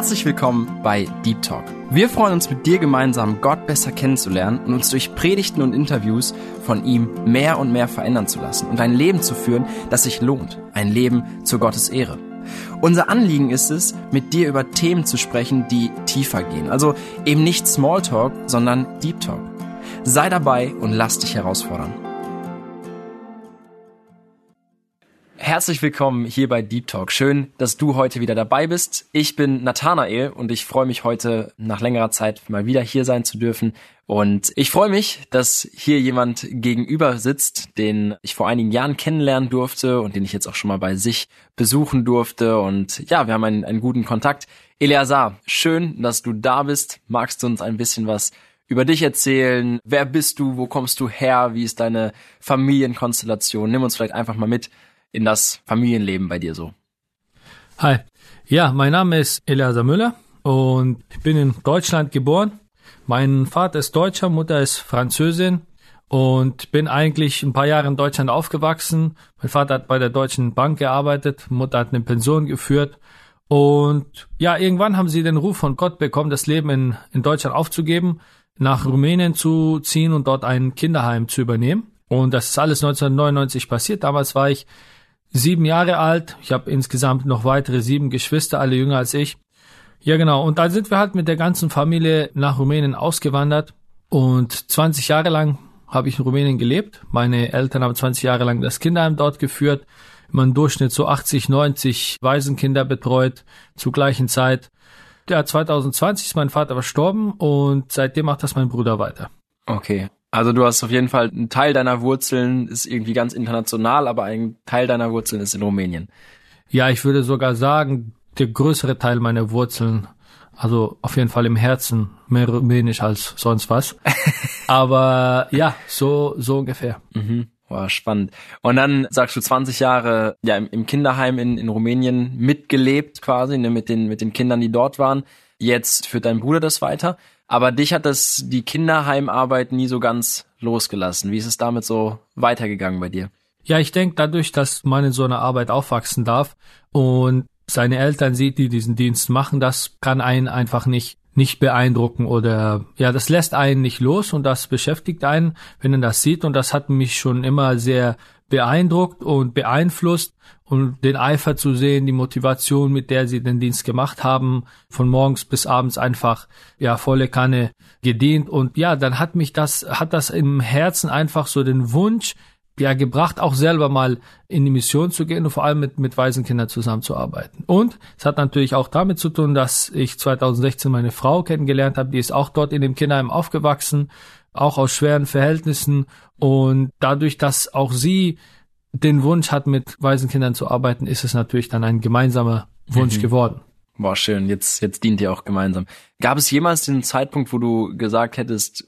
Herzlich willkommen bei Deep Talk. Wir freuen uns, mit dir gemeinsam Gott besser kennenzulernen und uns durch Predigten und Interviews von ihm mehr und mehr verändern zu lassen und ein Leben zu führen, das sich lohnt. Ein Leben zu Gottes Ehre. Unser Anliegen ist es, mit dir über Themen zu sprechen, die tiefer gehen. Also eben nicht Smalltalk, sondern Deep Talk. Sei dabei und lass dich herausfordern. Herzlich willkommen hier bei Deep Talk. Schön, dass du heute wieder dabei bist. Ich bin Nathanael und ich freue mich heute nach längerer Zeit mal wieder hier sein zu dürfen. Und ich freue mich, dass hier jemand gegenüber sitzt, den ich vor einigen Jahren kennenlernen durfte und den ich jetzt auch schon mal bei sich besuchen durfte. Und ja, wir haben einen guten Kontakt. Eleazar, schön, dass du da bist. Magst du uns ein bisschen was über dich erzählen? Wer bist du? Wo kommst du her? Wie ist deine Familienkonstellation? Nimm uns vielleicht einfach mal mit in das Familienleben bei dir so. Hi, ja, mein Name ist Eleazar Müller und ich bin in Deutschland geboren. Mein Vater ist Deutscher, Mutter ist Französin und bin eigentlich ein paar Jahre in Deutschland aufgewachsen. Mein Vater hat bei der Deutschen Bank gearbeitet, Mutter hat eine Pension geführt und ja, irgendwann haben sie den Ruf von Gott bekommen, das Leben in Deutschland aufzugeben, nach Rumänien zu ziehen und dort ein Kinderheim zu übernehmen. Und das ist alles 1999 passiert. Damals war ich 7 Jahre alt. Ich habe insgesamt noch weitere 7 Geschwister, alle jünger als ich. Ja, genau. Und dann sind wir halt mit der ganzen Familie nach Rumänien ausgewandert. Und 20 Jahre lang habe ich in Rumänien gelebt. Meine Eltern haben 20 Jahre lang das Kinderheim dort geführt. Immer im Durchschnitt so 80, 90 Waisenkinder betreut zur gleichen Zeit. Ja, 2020 ist mein Vater verstorben und seitdem macht das mein Bruder weiter. Okay. Also du hast auf jeden Fall, ein Teil deiner Wurzeln ist irgendwie ganz international, aber ein Teil deiner Wurzeln ist in Rumänien. Ja, ich würde sogar sagen, der größere Teil meiner Wurzeln, also auf jeden Fall im Herzen, mehr rumänisch als sonst was. Aber ja, so ungefähr. Mhm. Wow, spannend. Und dann sagst du 20 Jahre ja im Kinderheim in Rumänien mitgelebt quasi, ne, mit den Kindern, die dort waren. Jetzt führt dein Bruder das weiter. Aber dich hat die Kinderheimarbeit nie so ganz losgelassen. Wie ist es damit so weitergegangen bei dir? Ja, ich denke, dadurch, dass man in so einer Arbeit aufwachsen darf und seine Eltern sieht, die diesen Dienst machen, das kann einen einfach nicht beeindrucken oder ja, das lässt einen nicht los und das beschäftigt einen, wenn man das sieht. Und das hat mich schon immer sehr beeindruckt und beeinflusst. Und den Eifer zu sehen, die Motivation, mit der sie den Dienst gemacht haben, von morgens bis abends einfach, ja, volle Kanne gedient. Und ja, dann hat das im Herzen einfach so den Wunsch, ja, gebracht, auch selber mal in die Mission zu gehen und vor allem mit Waisenkindern zusammenzuarbeiten. Und es hat natürlich auch damit zu tun, dass ich 2016 meine Frau kennengelernt habe, die ist auch dort in dem Kinderheim aufgewachsen, auch aus schweren Verhältnissen. Und dadurch, dass auch sie den Wunsch hat, mit Waisenkindern zu arbeiten, ist es natürlich dann ein gemeinsamer Wunsch geworden. Boah, schön. Jetzt dient ihr auch gemeinsam. Gab es jemals den Zeitpunkt, wo du gesagt hättest,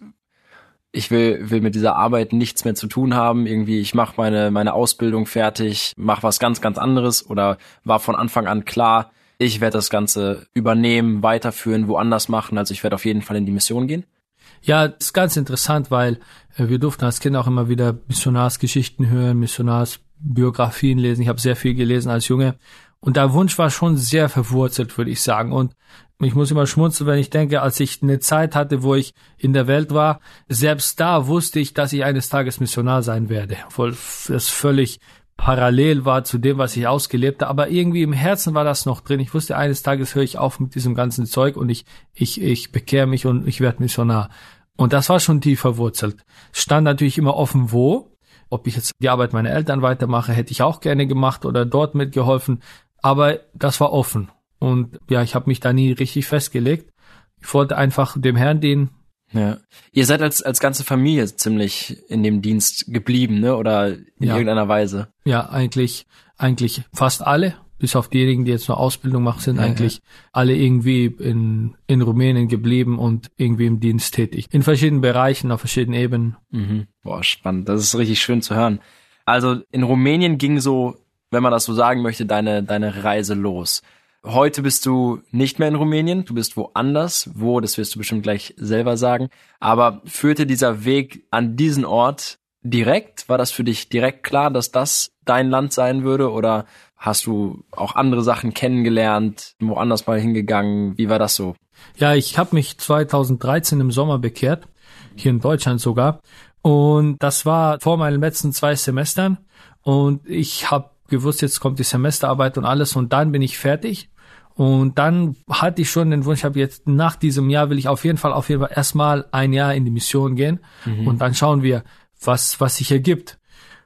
ich will mit dieser Arbeit nichts mehr zu tun haben, irgendwie ich mache meine Ausbildung fertig, mache was ganz, ganz anderes, oder war von Anfang an klar, ich werde das Ganze übernehmen, weiterführen, woanders machen, also ich werde auf jeden Fall in die Mission gehen? Ja, das ist ganz interessant, weil wir durften als Kinder auch immer wieder Missionarsgeschichten hören, Missionarsbiografien lesen. Ich habe sehr viel gelesen als Junge. Und der Wunsch war schon sehr verwurzelt, würde ich sagen. Und ich muss immer schmunzeln, wenn ich denke, als ich eine Zeit hatte, wo ich in der Welt war, selbst da wusste ich, dass ich eines Tages Missionar sein werde. Obwohl das völlig parallel war zu dem, was ich ausgelebt habe. Aber irgendwie im Herzen war das noch drin. Ich wusste, eines Tages höre ich auf mit diesem ganzen Zeug und ich bekehre mich und ich werde Missionar. Und das war schon tief verwurzelt. Stand natürlich immer offen, wo. Ob ich jetzt die Arbeit meiner Eltern weitermache, hätte ich auch gerne gemacht oder dort mitgeholfen. Aber das war offen. Und ja, ich habe mich da nie richtig festgelegt. Ich wollte einfach dem Herrn dienen. Ja. Ihr seid als ganze Familie ziemlich in dem Dienst geblieben, ne? Oder in irgendeiner Weise? Ja, eigentlich fast alle. Bis auf diejenigen, die jetzt noch Ausbildung machen, sind eigentlich alle irgendwie in Rumänien geblieben und irgendwie im Dienst tätig. In verschiedenen Bereichen, auf verschiedenen Ebenen. Mhm. Boah, spannend. Das ist richtig schön zu hören. Also in Rumänien ging so, wenn man das so sagen möchte, deine Reise los. Heute bist du nicht mehr in Rumänien, du bist woanders. Wo, das wirst du bestimmt gleich selber sagen. Aber führte dieser Weg an diesen Ort direkt? War das für dich direkt klar, dass das dein Land sein würde? Oder Hast du auch andere Sachen kennengelernt, woanders mal hingegangen? Wie war das so? Ja, ich habe mich 2013 im Sommer bekehrt, hier in Deutschland sogar. Und das war vor meinen letzten 2 Semestern. Und ich habe gewusst, jetzt kommt die Semesterarbeit und alles. Und dann bin ich fertig. Und dann hatte ich schon den Wunsch, ich habe jetzt nach diesem Jahr will ich auf jeden Fall erstmal ein Jahr in die Mission gehen. Und dann schauen wir, was sich ergibt.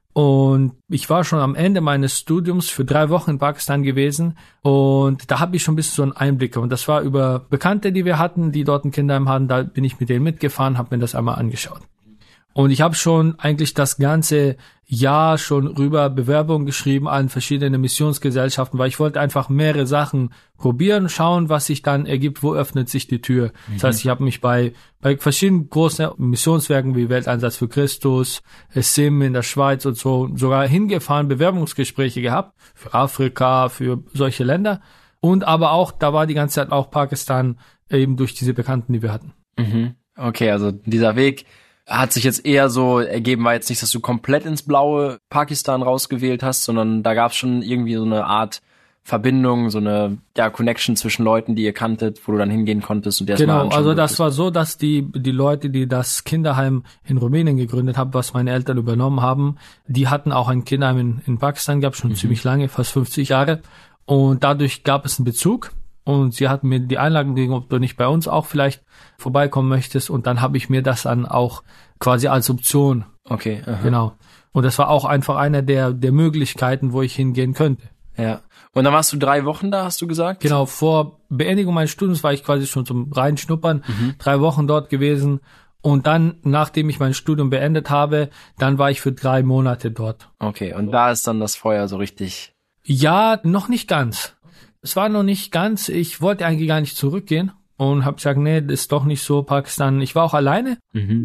Und ich war schon am Ende meines Studiums für 3 Wochen in Pakistan gewesen und da habe ich schon ein bisschen so einen Einblick. Und das war über Bekannte, die wir hatten, die dort ein Kinderheim hatten. Da bin ich mit denen mitgefahren, habe mir das einmal angeschaut. Und ich habe schon eigentlich das ganze Jahr schon rüber Bewerbungen geschrieben an verschiedene Missionsgesellschaften, weil ich wollte einfach mehrere Sachen probieren, schauen, was sich dann ergibt, wo öffnet sich die Tür. Das heißt, ich habe mich bei verschiedenen großen Missionswerken wie Welteinsatz für Christus, SIM in der Schweiz und so sogar hingefahren, Bewerbungsgespräche gehabt für Afrika, für solche Länder. Und aber auch, da war die ganze Zeit auch Pakistan eben durch diese Bekannten, die wir hatten. Okay, also dieser Weg hat sich jetzt eher so ergeben, war jetzt nicht, dass du komplett ins blaue Pakistan rausgewählt hast, sondern da gab es schon irgendwie so eine Art Verbindung, so eine Connection zwischen Leuten, die ihr kanntet, wo du dann hingehen konntest und erstmal Genau, also das war so, dass die Leute, die das Kinderheim in Rumänien gegründet haben, was meine Eltern übernommen haben, die hatten auch ein Kinderheim in Pakistan gehabt, schon ziemlich lange, fast 50 Jahre. Und dadurch gab es einen Bezug. Und sie hatten mir die Einladung gegeben, ob du nicht bei uns auch vielleicht vorbeikommen möchtest. Und dann habe ich mir das dann auch quasi als Option. Okay. Aha. Genau. Und das war auch einfach einer der Möglichkeiten, wo ich hingehen könnte. Ja. Und dann warst du 3 Wochen da, hast du gesagt? Genau. Vor Beendigung meines Studiums war ich quasi schon zum Reinschnuppern. 3 Wochen dort gewesen. Und dann, nachdem ich mein Studium beendet habe, dann war ich für 3 Monate dort. Okay. Und da ist dann das Feuer so richtig? Ja, noch nicht ganz. Es war noch nicht ganz, ich wollte eigentlich gar nicht zurückgehen und habe gesagt, nee, das ist doch nicht so, Pakistan. Ich war auch alleine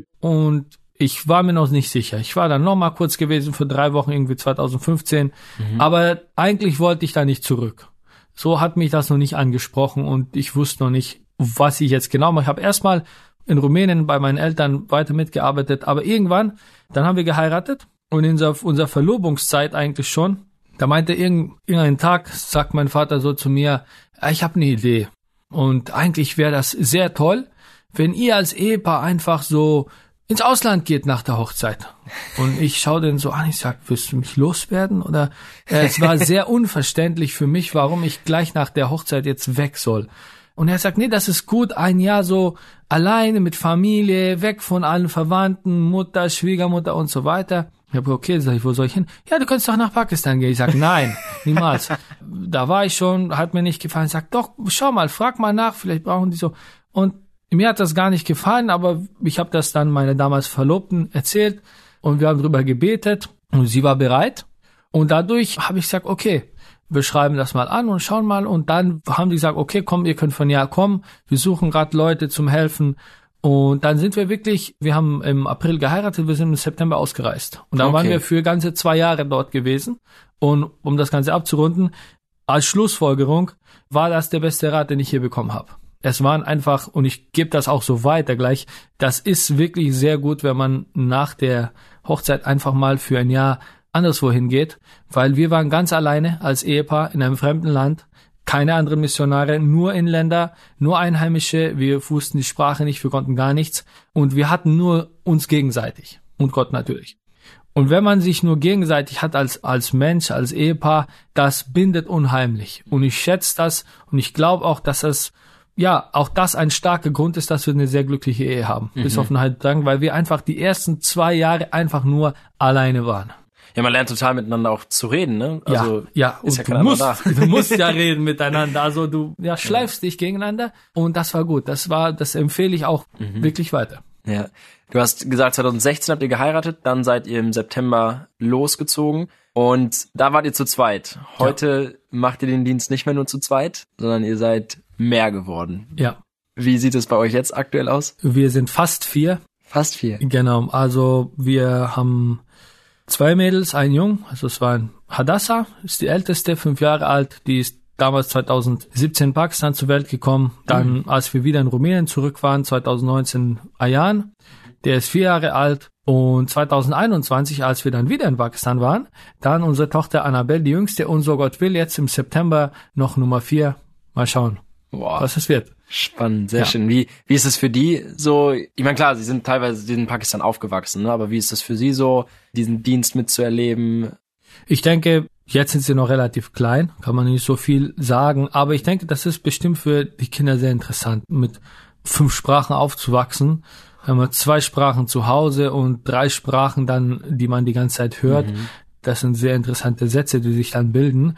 und ich war mir noch nicht sicher. Ich war dann noch mal kurz gewesen für 3 Wochen, irgendwie 2015, aber eigentlich wollte ich da nicht zurück. So hat mich das noch nicht angesprochen und ich wusste noch nicht, was ich jetzt genau mache. Ich habe erstmal in Rumänien bei meinen Eltern weiter mitgearbeitet, aber irgendwann, dann haben wir geheiratet und in unserer Verlobungszeit eigentlich schon, da meinte irgendeinen Tag, sagt mein Vater so zu mir, ich habe eine Idee. Und eigentlich wäre das sehr toll, wenn ihr als Ehepaar einfach so ins Ausland geht nach der Hochzeit. Und ich schaue den so an, ich sag, willst du mich loswerden? Oder es war sehr unverständlich für mich, warum ich gleich nach der Hochzeit jetzt weg soll. Und er sagt, nee, das ist gut, ein Jahr so alleine mit Familie, weg von allen Verwandten, Mutter, Schwiegermutter und so weiter. Ich habe okay, sag ich, wo soll ich hin? Ja, du kannst doch nach Pakistan gehen. Ich sag, nein, niemals. Da war ich schon, hat mir nicht gefallen. Ich sag, doch, schau mal, frag mal nach, vielleicht brauchen die so. Und mir hat das gar nicht gefallen, aber ich habe das dann meiner damals Verlobten erzählt und wir haben drüber gebetet und sie war bereit. Und dadurch habe ich gesagt, okay, wir schreiben das mal an und schauen mal. Und dann haben die gesagt, okay, komm, ihr könnt von ja kommen. Wir suchen gerade Leute zum Helfen. Und dann sind wir wirklich, wir haben im April geheiratet, wir sind im September ausgereist. Und dann waren wir für ganze 2 Jahre dort gewesen. Und um das Ganze abzurunden, als Schlussfolgerung war das der beste Rat, den ich hier bekommen habe. Es waren einfach, und ich gebe das auch so weiter gleich, das ist wirklich sehr gut, wenn man nach der Hochzeit einfach mal für ein Jahr anderswo hingeht, weil wir waren ganz alleine als Ehepaar in einem fremden Land. Keine anderen Missionare, nur Inländer, nur Einheimische. Wir wussten die Sprache nicht, wir konnten gar nichts. Und wir hatten nur uns gegenseitig. Und Gott natürlich. Und wenn man sich nur gegenseitig hat als Mensch, als Ehepaar, das bindet unheimlich. Und ich schätze das und ich glaube auch, dass auch das ein starker Grund ist, dass wir eine sehr glückliche Ehe haben. Bis auf den Heiligen, weil wir einfach die ersten 2 Jahre einfach nur alleine waren. Ja, man lernt total miteinander auch zu reden, ne? Also, ja, und ja du musst ja reden miteinander. Also du schleifst dich gegeneinander und das war gut. Das empfehle ich auch wirklich weiter. Ja. Du hast gesagt, 2016 habt ihr geheiratet, dann seid ihr im September losgezogen und da wart ihr zu zweit. Heute macht ihr den Dienst nicht mehr nur zu zweit, sondern ihr seid mehr geworden. Ja. Wie sieht es bei euch jetzt aktuell aus? Wir sind fast 4. Fast 4? Genau, also wir haben 2 Mädels, ein Jung, also es war Hadassah, ist die älteste, 5 Jahre alt, die ist damals 2017 in Pakistan zur Welt gekommen. Dann, als wir wieder in Rumänien zurück waren, 2019 Ayan, der ist 4 Jahre alt. Und 2021, als wir dann wieder in Pakistan waren, dann unsere Tochter Annabelle, die jüngste, und so Gott will, jetzt im September noch Nummer 4. Mal schauen, was es wird. Spannend, sehr schön. Wie ist es für die so? Ich meine, klar, sie sind in Pakistan aufgewachsen, ne? Aber wie ist es für sie so, diesen Dienst mitzuerleben? Ich denke, jetzt sind sie noch relativ klein, kann man nicht so viel sagen, aber ich denke, das ist bestimmt für die Kinder sehr interessant, mit 5 Sprachen aufzuwachsen. Wenn man 2 Sprachen zu Hause und 3 Sprachen dann, die man die ganze Zeit hört. Das sind sehr interessante Sätze, die sich dann bilden.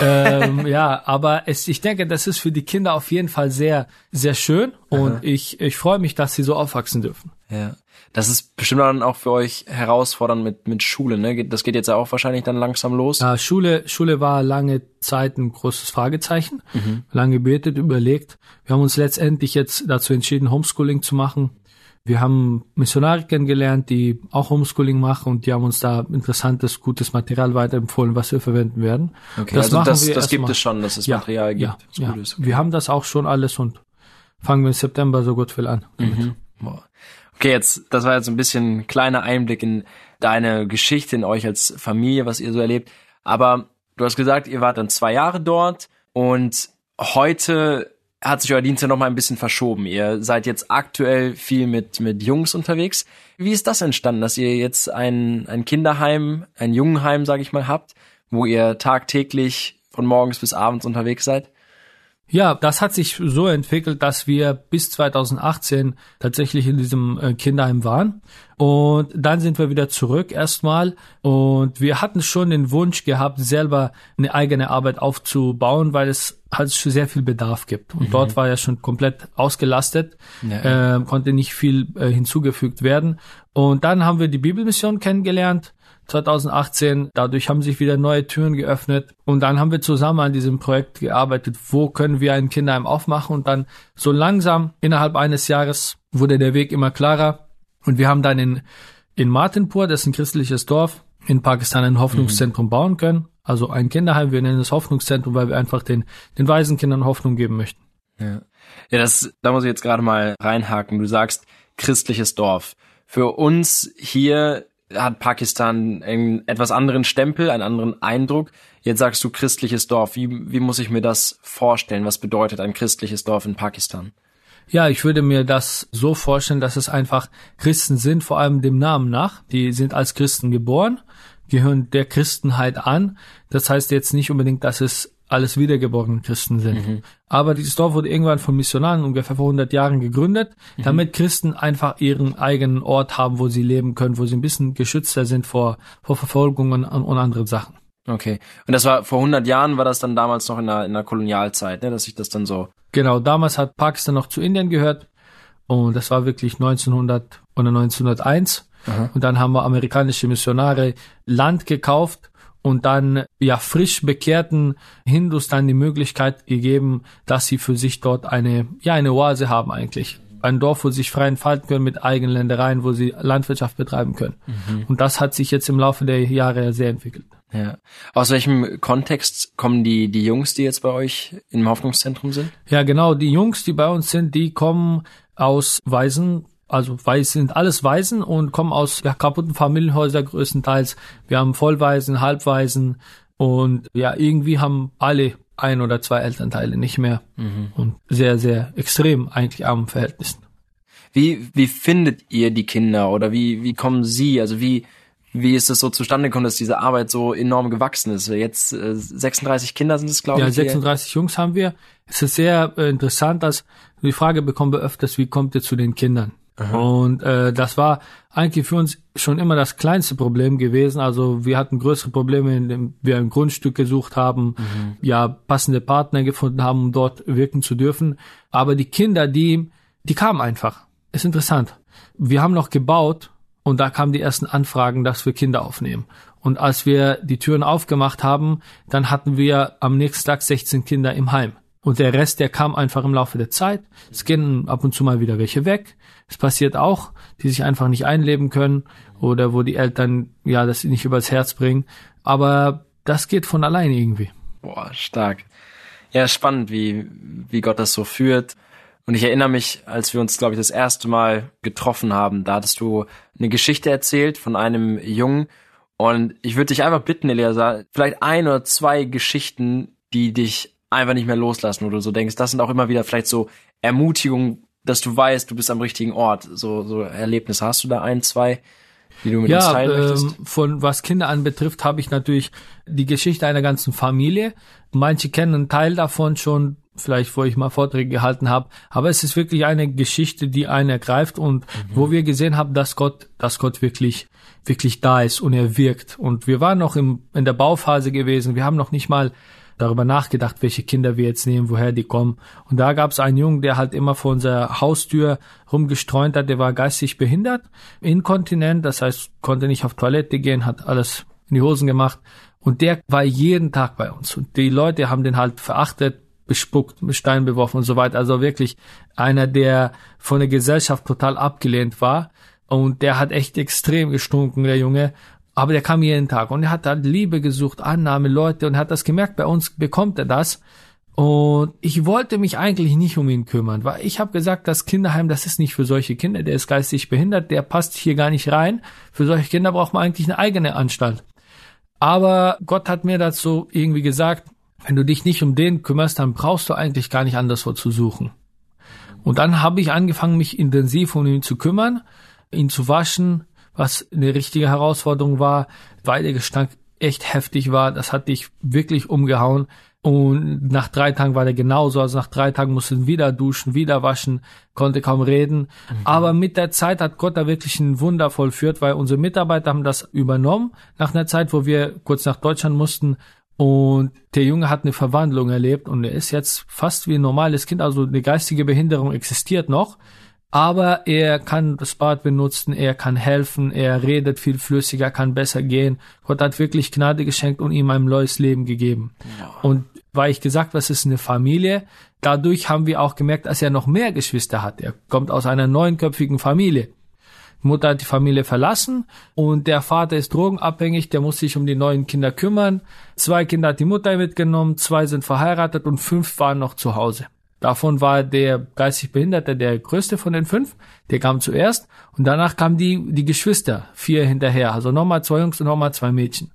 Aber ich denke, das ist für die Kinder auf jeden Fall sehr, sehr schön. Und ich freue mich, dass sie so aufwachsen dürfen. Ja, das ist bestimmt dann auch für euch herausfordernd mit Schule, ne? Das geht jetzt ja auch wahrscheinlich dann langsam los. Ja, Schule war lange Zeit ein großes Fragezeichen. Lange gebetet, überlegt. Wir haben uns letztendlich jetzt dazu entschieden, Homeschooling zu machen. Wir haben Missionare kennengelernt, die auch Homeschooling machen, und die haben uns da interessantes, gutes Material weiterempfohlen, was wir verwenden werden. Okay, das gibt es schon, dass es Material gibt. Ja. Okay. Wir haben das auch schon alles und fangen wir im September so gut viel an. Okay, das war jetzt ein bisschen ein kleiner Einblick in deine Geschichte, in euch als Familie, was ihr so erlebt. Aber du hast gesagt, ihr wart dann 2 Jahre dort, und heute hat sich euer Dienst ja noch mal ein bisschen verschoben. Ihr seid jetzt aktuell viel mit Jungs unterwegs. Wie ist das entstanden, dass ihr jetzt ein Kinderheim, ein Jungenheim, sage ich mal, habt, wo ihr tagtäglich von morgens bis abends unterwegs seid? Ja, das hat sich so entwickelt, dass wir bis 2018 tatsächlich in diesem Kinderheim waren. Und dann sind wir wieder zurück erstmal. Und wir hatten schon den Wunsch gehabt, selber eine eigene Arbeit aufzubauen, weil es halt sehr viel Bedarf gibt. Und dort war ja schon komplett ausgelastet, konnte nicht viel hinzugefügt werden. Und dann haben wir die Bibelmission kennengelernt, 2018. Dadurch haben sich wieder neue Türen geöffnet. Und dann haben wir zusammen an diesem Projekt gearbeitet, wo können wir ein Kinderheim aufmachen. Und dann so langsam, innerhalb eines Jahres, wurde der Weg immer klarer. Und wir haben dann in Martinpur, das ist ein christliches Dorf, in Pakistan ein Hoffnungszentrum bauen können. Also ein Kinderheim, wir nennen es Hoffnungszentrum, weil wir einfach den Waisenkindern Hoffnung geben möchten. Ja, da muss ich jetzt gerade mal reinhaken. Du sagst christliches Dorf. Für uns hier hat Pakistan einen etwas anderen Stempel, einen anderen Eindruck. Jetzt sagst du christliches Dorf. Wie muss ich mir das vorstellen? Was bedeutet ein christliches Dorf in Pakistan? Ja, ich würde mir das so vorstellen, dass es einfach Christen sind, vor allem dem Namen nach. Die sind als Christen geboren, gehören der Christenheit an. Das heißt jetzt nicht unbedingt, dass es alles wiedergeborene Christen sind. Aber dieses Dorf wurde irgendwann von Missionaren ungefähr vor 100 Jahren gegründet, damit Christen einfach ihren eigenen Ort haben, wo sie leben können, wo sie ein bisschen geschützter sind vor Verfolgungen und anderen Sachen. Okay. Und das war vor 100 Jahren, war das dann damals noch in der Kolonialzeit, ne, dass sich das dann so... Genau, damals hat Pakistan noch zu Indien gehört, und das war wirklich 1900 oder 1901. Und dann haben wir amerikanische Missionare Land gekauft und dann frisch bekehrten Hindus dann die Möglichkeit gegeben, dass sie für sich dort eine Oase haben eigentlich. Ein Dorf, wo sie sich frei entfalten können mit eigenen Ländereien, wo sie Landwirtschaft betreiben können. Und das hat sich jetzt im Laufe der Jahre sehr entwickelt. Ja. Aus welchem Kontext kommen die Jungs, die jetzt bei euch im Hoffnungszentrum sind? Ja, genau. Die Jungs, die bei uns sind, die kommen aus Waisen, sind alles Waisen und kommen aus kaputten Familienhäusern größtenteils. Wir haben Vollwaisen, Halbwaisen und irgendwie haben alle 1 oder 2 Elternteile nicht mehr. Und sehr, sehr extrem eigentlich armen Verhältnissen. Wie findet ihr die Kinder oder wie kommen sie? Also wie ist es so zustande gekommen, dass diese Arbeit so enorm gewachsen ist? Jetzt 36 Kinder sind es, glaube ich. Ja, 36 Jungs haben wir. Es ist sehr interessant, dass die Frage bekommen wir öfters, wie kommt ihr zu den Kindern? Und das war eigentlich für uns schon immer das kleinste Problem gewesen. Also wir hatten größere Probleme, indem wir ein Grundstück gesucht haben, passende Partner gefunden haben, um dort wirken zu dürfen. Aber die Kinder, die kamen einfach. Ist interessant. Wir haben noch gebaut und da kamen die ersten Anfragen, dass wir Kinder aufnehmen. Und als wir die Türen aufgemacht haben, dann hatten wir am nächsten Tag 16 Kinder im Heim. Und der Rest, der kam einfach im Laufe der Zeit. Es gehen ab und zu mal wieder welche weg. Es passiert auch, die sich einfach nicht einleben können oder wo die Eltern das nicht übers Herz bringen. Aber das geht von alleine irgendwie. Boah, stark. Ja, spannend, wie Gott das so führt. Und ich erinnere mich, als wir uns, glaube ich, das erste Mal getroffen haben, da hattest du eine Geschichte erzählt von einem Jungen. Und ich würde dich einfach bitten, Eleazar, vielleicht 1 oder 2 Geschichten, die dich einfach nicht mehr loslassen, wo du so denkst, das sind auch immer wieder vielleicht so Ermutigungen, dass du weißt, du bist am richtigen Ort. So Erlebnisse. Hast du da 1, 2, die du mit uns teilen möchtest? Von was Kinder anbetrifft, habe ich natürlich die Geschichte einer ganzen Familie. Manche kennen einen Teil davon schon, vielleicht wo ich mal Vorträge gehalten habe, aber es ist wirklich eine Geschichte, die einen ergreift und wo wir gesehen haben, dass Gott wirklich da ist und er wirkt. Und wir waren noch in der Bauphase gewesen, wir haben noch nicht mal darüber nachgedacht, welche Kinder wir jetzt nehmen, woher die kommen. Und da gab es einen Jungen, der halt immer vor unserer Haustür rumgestreunt hat, der war geistig behindert, inkontinent, das heißt, konnte nicht auf Toilette gehen, hat alles in die Hosen gemacht. Und der war jeden Tag bei uns. Und die Leute haben den halt verachtet, bespuckt, mit Steinen beworfen und so weiter. Also wirklich einer, der von der Gesellschaft total abgelehnt war. Und der hat echt extrem gestunken, der Junge. Aber der kam jeden Tag. Und er hat halt Liebe gesucht, Annahme, Leute. Und hat das gemerkt, bei uns bekommt er das. Und ich wollte mich eigentlich nicht um ihn kümmern, weil ich habe gesagt, das Kinderheim, das ist nicht für solche Kinder. Der ist geistig behindert, der passt hier gar nicht rein. Für solche Kinder braucht man eigentlich eine eigene Anstalt. Aber Gott hat mir dazu irgendwie gesagt, wenn du dich nicht um den kümmerst, dann brauchst du eigentlich gar nicht anderswo zu suchen. Und dann habe ich angefangen, mich intensiv um ihn zu kümmern, ihn zu waschen, was eine richtige Herausforderung war, weil der Gestank echt heftig war. Das hat dich wirklich umgehauen. Und nach 3 Tagen war der genauso. Also nach 3 Tagen musste ihn wieder duschen, wieder waschen, konnte kaum reden. Aber mit der Zeit hat Gott da wirklich ein Wunder vollführt, weil unsere Mitarbeiter haben das übernommen. Nach einer Zeit, wo wir kurz nach Deutschland mussten. Und der Junge hat eine Verwandlung erlebt und er ist jetzt fast wie ein normales Kind, also eine geistige Behinderung existiert noch, aber er kann das Bad benutzen, er kann helfen, er redet viel flüssiger, kann besser gehen. Gott hat wirklich Gnade geschenkt und ihm ein neues Leben gegeben. Ja. Und weil ich gesagt, was ist eine Familie, dadurch haben wir auch gemerkt, dass er noch mehr Geschwister hat. Er kommt aus einer 9-köpfigen Familie. Die Mutter hat die Familie verlassen und der Vater ist drogenabhängig, der muss sich um die 9 Kinder kümmern. 2 Kinder hat die Mutter mitgenommen, 2 sind verheiratet und 5 waren noch zu Hause. Davon war der geistig Behinderte der größte von den 5, der kam zuerst und danach kamen die Geschwister, 4 hinterher, also nochmal 2 Jungs und nochmal 2 Mädchen.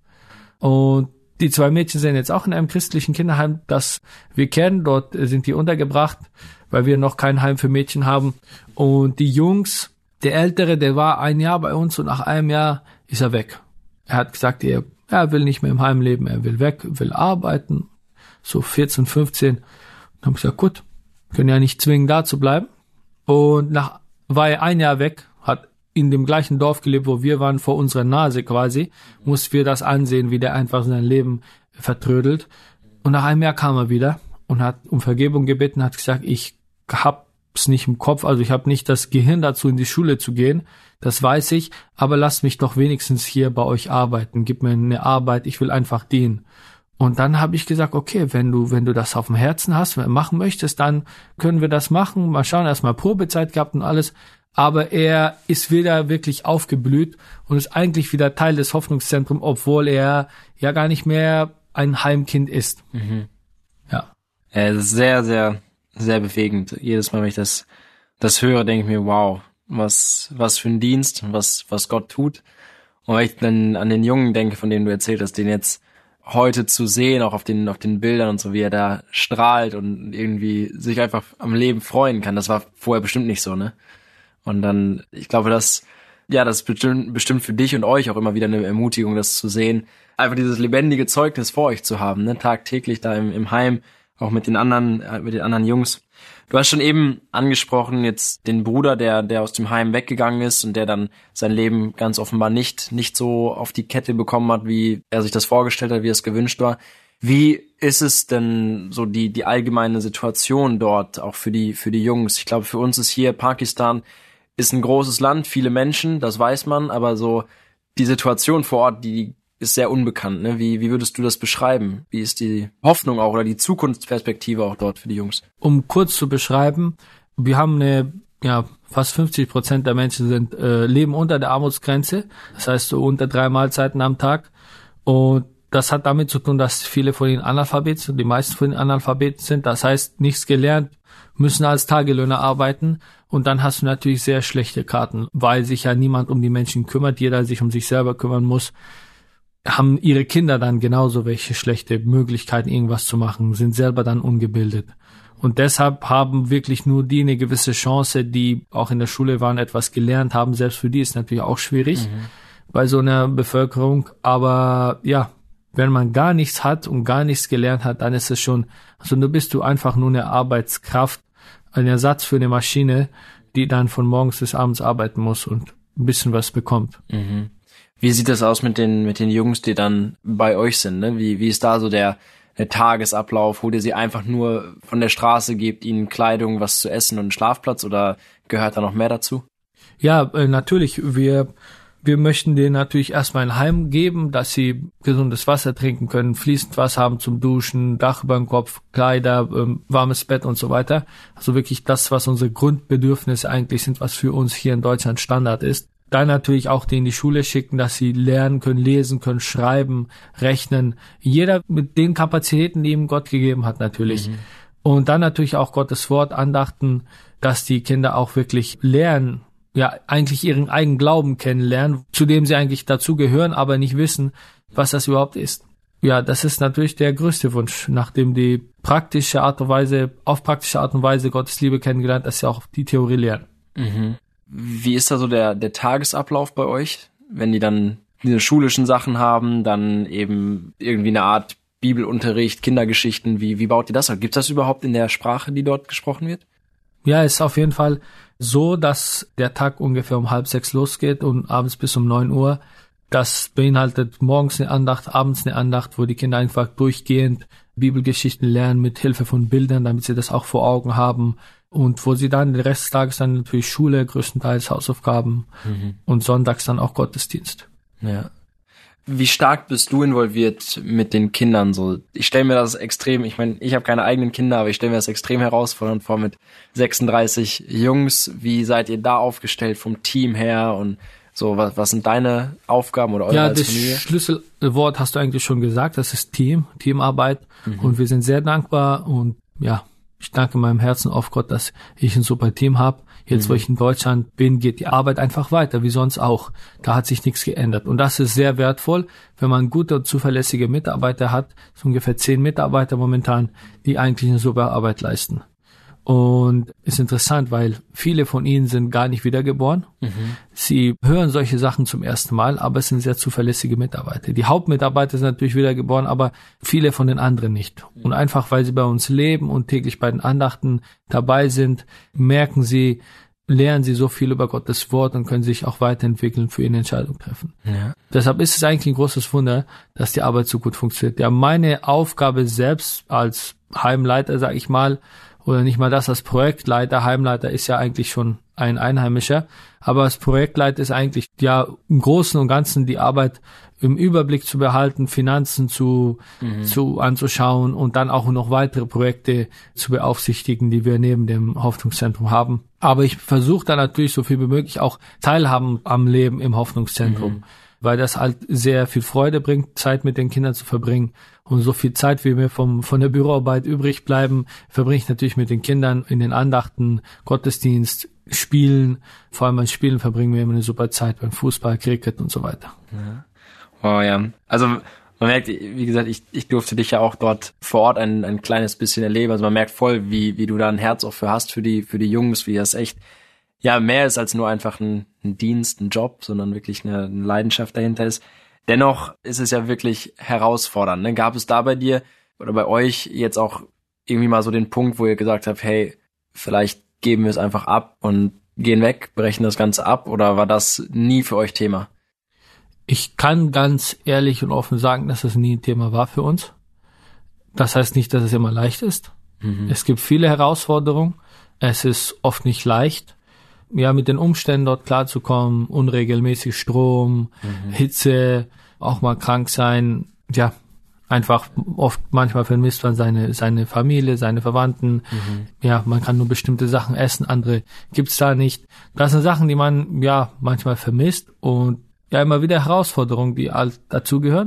Und die 2 Mädchen sind jetzt auch in einem christlichen Kinderheim, das wir kennen, dort sind die untergebracht, weil wir noch kein Heim für Mädchen haben. Und die Jungs, der Ältere, der war 1 Jahr bei uns und nach einem Jahr ist er weg. Er hat gesagt, er will nicht mehr im Heim leben, er will weg, will arbeiten, so 14, 15. Dann haben wir gesagt, gut, können ja nicht zwingen, da zu bleiben. Und war er 1 Jahr weg, hat in dem gleichen Dorf gelebt, wo wir waren, vor unserer Nase quasi, mussten wir das ansehen, wie der einfach sein Leben vertrödelt. Und nach einem Jahr kam er wieder und hat um Vergebung gebeten, hat gesagt, ich hab's nicht im Kopf, also ich habe nicht das Gehirn dazu, in die Schule zu gehen, das weiß ich, aber lasst mich doch wenigstens hier bei euch arbeiten, gib mir eine Arbeit, ich will einfach dienen. Und dann habe ich gesagt, okay, wenn du das auf dem Herzen hast, machen möchtest, dann können wir das machen. Mal schauen, erstmal Probezeit gehabt und alles. Aber er ist wieder wirklich aufgeblüht und ist eigentlich wieder Teil des Hoffnungszentrums, obwohl er ja gar nicht mehr ein Heimkind ist. Mhm. Ja. Das ist sehr, sehr, sehr bewegend. Jedes Mal, wenn ich das höre, denke ich mir, wow, was für ein Dienst, was Gott tut. Und wenn ich dann an den Jungen denke, von dem du erzählt hast, den jetzt heute zu sehen, auch auf den Bildern und so, wie er da strahlt und irgendwie sich einfach am Leben freuen kann. Das war vorher bestimmt nicht so, ne? Und dann, ich glaube, das ist bestimmt für dich und euch auch immer wieder eine Ermutigung, das zu sehen. Einfach dieses lebendige Zeugnis vor euch zu haben, ne? Tagtäglich da im Heim, auch mit den anderen Jungs. Du hast schon eben angesprochen, jetzt den Bruder, der aus dem Heim weggegangen ist und der dann sein Leben ganz offenbar nicht so auf die Kette bekommen hat, wie er sich das vorgestellt hat, wie es gewünscht war. Wie ist es denn so die allgemeine Situation dort, auch für die Jungs? Ich glaube, für uns ist hier Pakistan ist ein großes Land, viele Menschen, das weiß man, aber so die Situation vor Ort, die ist sehr unbekannt, ne? Wie würdest du das beschreiben? Wie ist die Hoffnung auch oder die Zukunftsperspektive auch dort für die Jungs? Um kurz zu beschreiben, wir haben fast 50% der Menschen leben unter der Armutsgrenze. Das heißt so unter 3 Mahlzeiten am Tag. Und das hat damit zu tun, dass viele von ihnen Analphabet sind, die meisten von ihnen Analphabeten sind. Das heißt, nichts gelernt, müssen als Tagelöhner arbeiten. Und dann hast du natürlich sehr schlechte Karten, weil sich ja niemand um die Menschen kümmert, jeder sich um sich selber kümmern muss. Haben ihre Kinder dann genauso welche schlechte Möglichkeiten, irgendwas zu machen, sind selber dann ungebildet. Und deshalb haben wirklich nur die eine gewisse Chance, die auch in der Schule waren, etwas gelernt haben. Selbst für die ist natürlich auch schwierig bei so einer Bevölkerung. Aber ja, wenn man gar nichts hat und gar nichts gelernt hat, dann ist es schon, also du bist du einfach nur eine Arbeitskraft, ein Ersatz für eine Maschine, die dann von morgens bis abends arbeiten muss und ein bisschen was bekommt. Mhm. Wie sieht das aus mit den Jungs, die dann bei euch sind? Ne? Wie ist da so der Tagesablauf, wo ihr sie einfach nur von der Straße gebt, ihnen Kleidung, was zu essen und einen Schlafplatz, oder gehört da noch mehr dazu? Ja, natürlich. Wir möchten denen natürlich erstmal ein Heim geben, dass sie gesundes Wasser trinken können, fließend Wasser haben zum Duschen, Dach über dem Kopf, Kleider, warmes Bett und so weiter. Also wirklich das, was unsere Grundbedürfnisse eigentlich sind, was für uns hier in Deutschland Standard ist. Dann natürlich auch die in die Schule schicken, dass sie lernen können, lesen können, schreiben, rechnen. Jeder mit den Kapazitäten, die ihm Gott gegeben hat, natürlich. Und dann natürlich auch Gottes Wort, Andachten, dass die Kinder auch wirklich lernen, ja, eigentlich ihren eigenen Glauben kennenlernen, zu dem sie eigentlich dazugehören, aber nicht wissen, was das überhaupt ist. Ja, das ist natürlich der größte Wunsch, nachdem die auf praktische Art und Weise Gottes Liebe kennengelernt, dass sie auch die Theorie lernen. Mhm. Wie ist da so der Tagesablauf bei euch, wenn die dann diese schulischen Sachen haben, dann eben irgendwie eine Art Bibelunterricht, Kindergeschichten, wie baut ihr das auf? Gibt es das überhaupt in der Sprache, die dort gesprochen wird? Ja, ist auf jeden Fall so, dass der Tag ungefähr um 5:30 losgeht und abends bis um 9 Uhr. Das beinhaltet morgens eine Andacht, abends eine Andacht, wo die Kinder einfach durchgehend Bibelgeschichten lernen mit Hilfe von Bildern, damit sie das auch vor Augen haben. Und wo sie dann den Rest des Tages dann natürlich Schule, größtenteils Hausaufgaben und sonntags dann auch Gottesdienst. Ja. Wie stark bist du involviert mit den Kindern so? Ich stelle mir das extrem, ich meine, ich habe keine eigenen Kinder, aber ich stelle mir das extrem herausfordernd vor mit 36 Jungs. Wie seid ihr da aufgestellt vom Team her und so, was sind deine Aufgaben oder eure als Familie? Ja, das Schlüsselwort hast du eigentlich schon gesagt, das ist Teamarbeit und wir sind sehr dankbar und ja, ich danke meinem Herzen auf Gott, dass ich ein super Team habe. Jetzt, wo ich in Deutschland bin, geht die Arbeit einfach weiter, wie sonst auch. Da hat sich nichts geändert. Und das ist sehr wertvoll, wenn man gute und zuverlässige Mitarbeiter hat. So ungefähr 10 Mitarbeiter momentan, die eigentlich eine super Arbeit leisten. Und ist interessant, weil viele von ihnen sind gar nicht wiedergeboren. Sie hören solche Sachen zum ersten Mal, aber es sind sehr zuverlässige Mitarbeiter. Die Hauptmitarbeiter sind natürlich wiedergeboren, aber viele von den anderen nicht. Und einfach, weil sie bei uns leben und täglich bei den Andachten dabei sind, lernen sie so viel über Gottes Wort und können sich auch weiterentwickeln, für ihre Entscheidung treffen. Ja. Deshalb ist es eigentlich ein großes Wunder, dass die Arbeit so gut funktioniert. Ja, meine Aufgabe selbst als Heimleiter, sag ich mal, oder nicht mal das als Projektleiter. Heimleiter ist ja eigentlich schon ein Einheimischer. Aber als Projektleiter ist eigentlich ja im Großen und Ganzen die Arbeit im Überblick zu behalten, Finanzen anzuschauen und dann auch noch weitere Projekte zu beaufsichtigen, die wir neben dem Hoffnungszentrum haben. Aber ich versuche da natürlich so viel wie möglich auch teilhaben am Leben im Hoffnungszentrum, weil das halt sehr viel Freude bringt, Zeit mit den Kindern zu verbringen. Und so viel Zeit, wie mir von der Büroarbeit übrig bleiben, verbringe ich natürlich mit den Kindern in den Andachten, Gottesdienst, Spielen. Vor allem beim Spielen verbringen wir immer eine super Zeit beim Fußball, Cricket und so weiter. Ja. Oh ja, also man merkt, wie gesagt, ich durfte dich ja auch dort vor Ort ein kleines bisschen erleben. Also man merkt voll, wie du da ein Herz auch für hast, für die Jungs, wie das echt ja mehr ist als nur einfach ein Dienst, ein Job, sondern wirklich eine Leidenschaft dahinter ist. Dennoch ist es ja wirklich herausfordernd. Ne? Gab es da bei dir oder bei euch jetzt auch irgendwie mal so den Punkt, wo ihr gesagt habt, hey, vielleicht geben wir es einfach ab und gehen weg, brechen das Ganze ab, oder war das nie für euch Thema? Ich kann ganz ehrlich und offen sagen, dass es nie ein Thema war für uns. Das heißt nicht, dass es immer leicht ist. Es gibt viele Herausforderungen. Es ist oft nicht leicht, ja, mit den Umständen dort klarzukommen, unregelmäßig Strom, Hitze, auch mal krank sein, ja, einfach manchmal vermisst man seine Familie, seine Verwandten, ja, man kann nur bestimmte Sachen essen, andere gibt's da nicht. Das sind Sachen, die man, ja, manchmal vermisst und ja, immer wieder Herausforderungen, die dazugehören.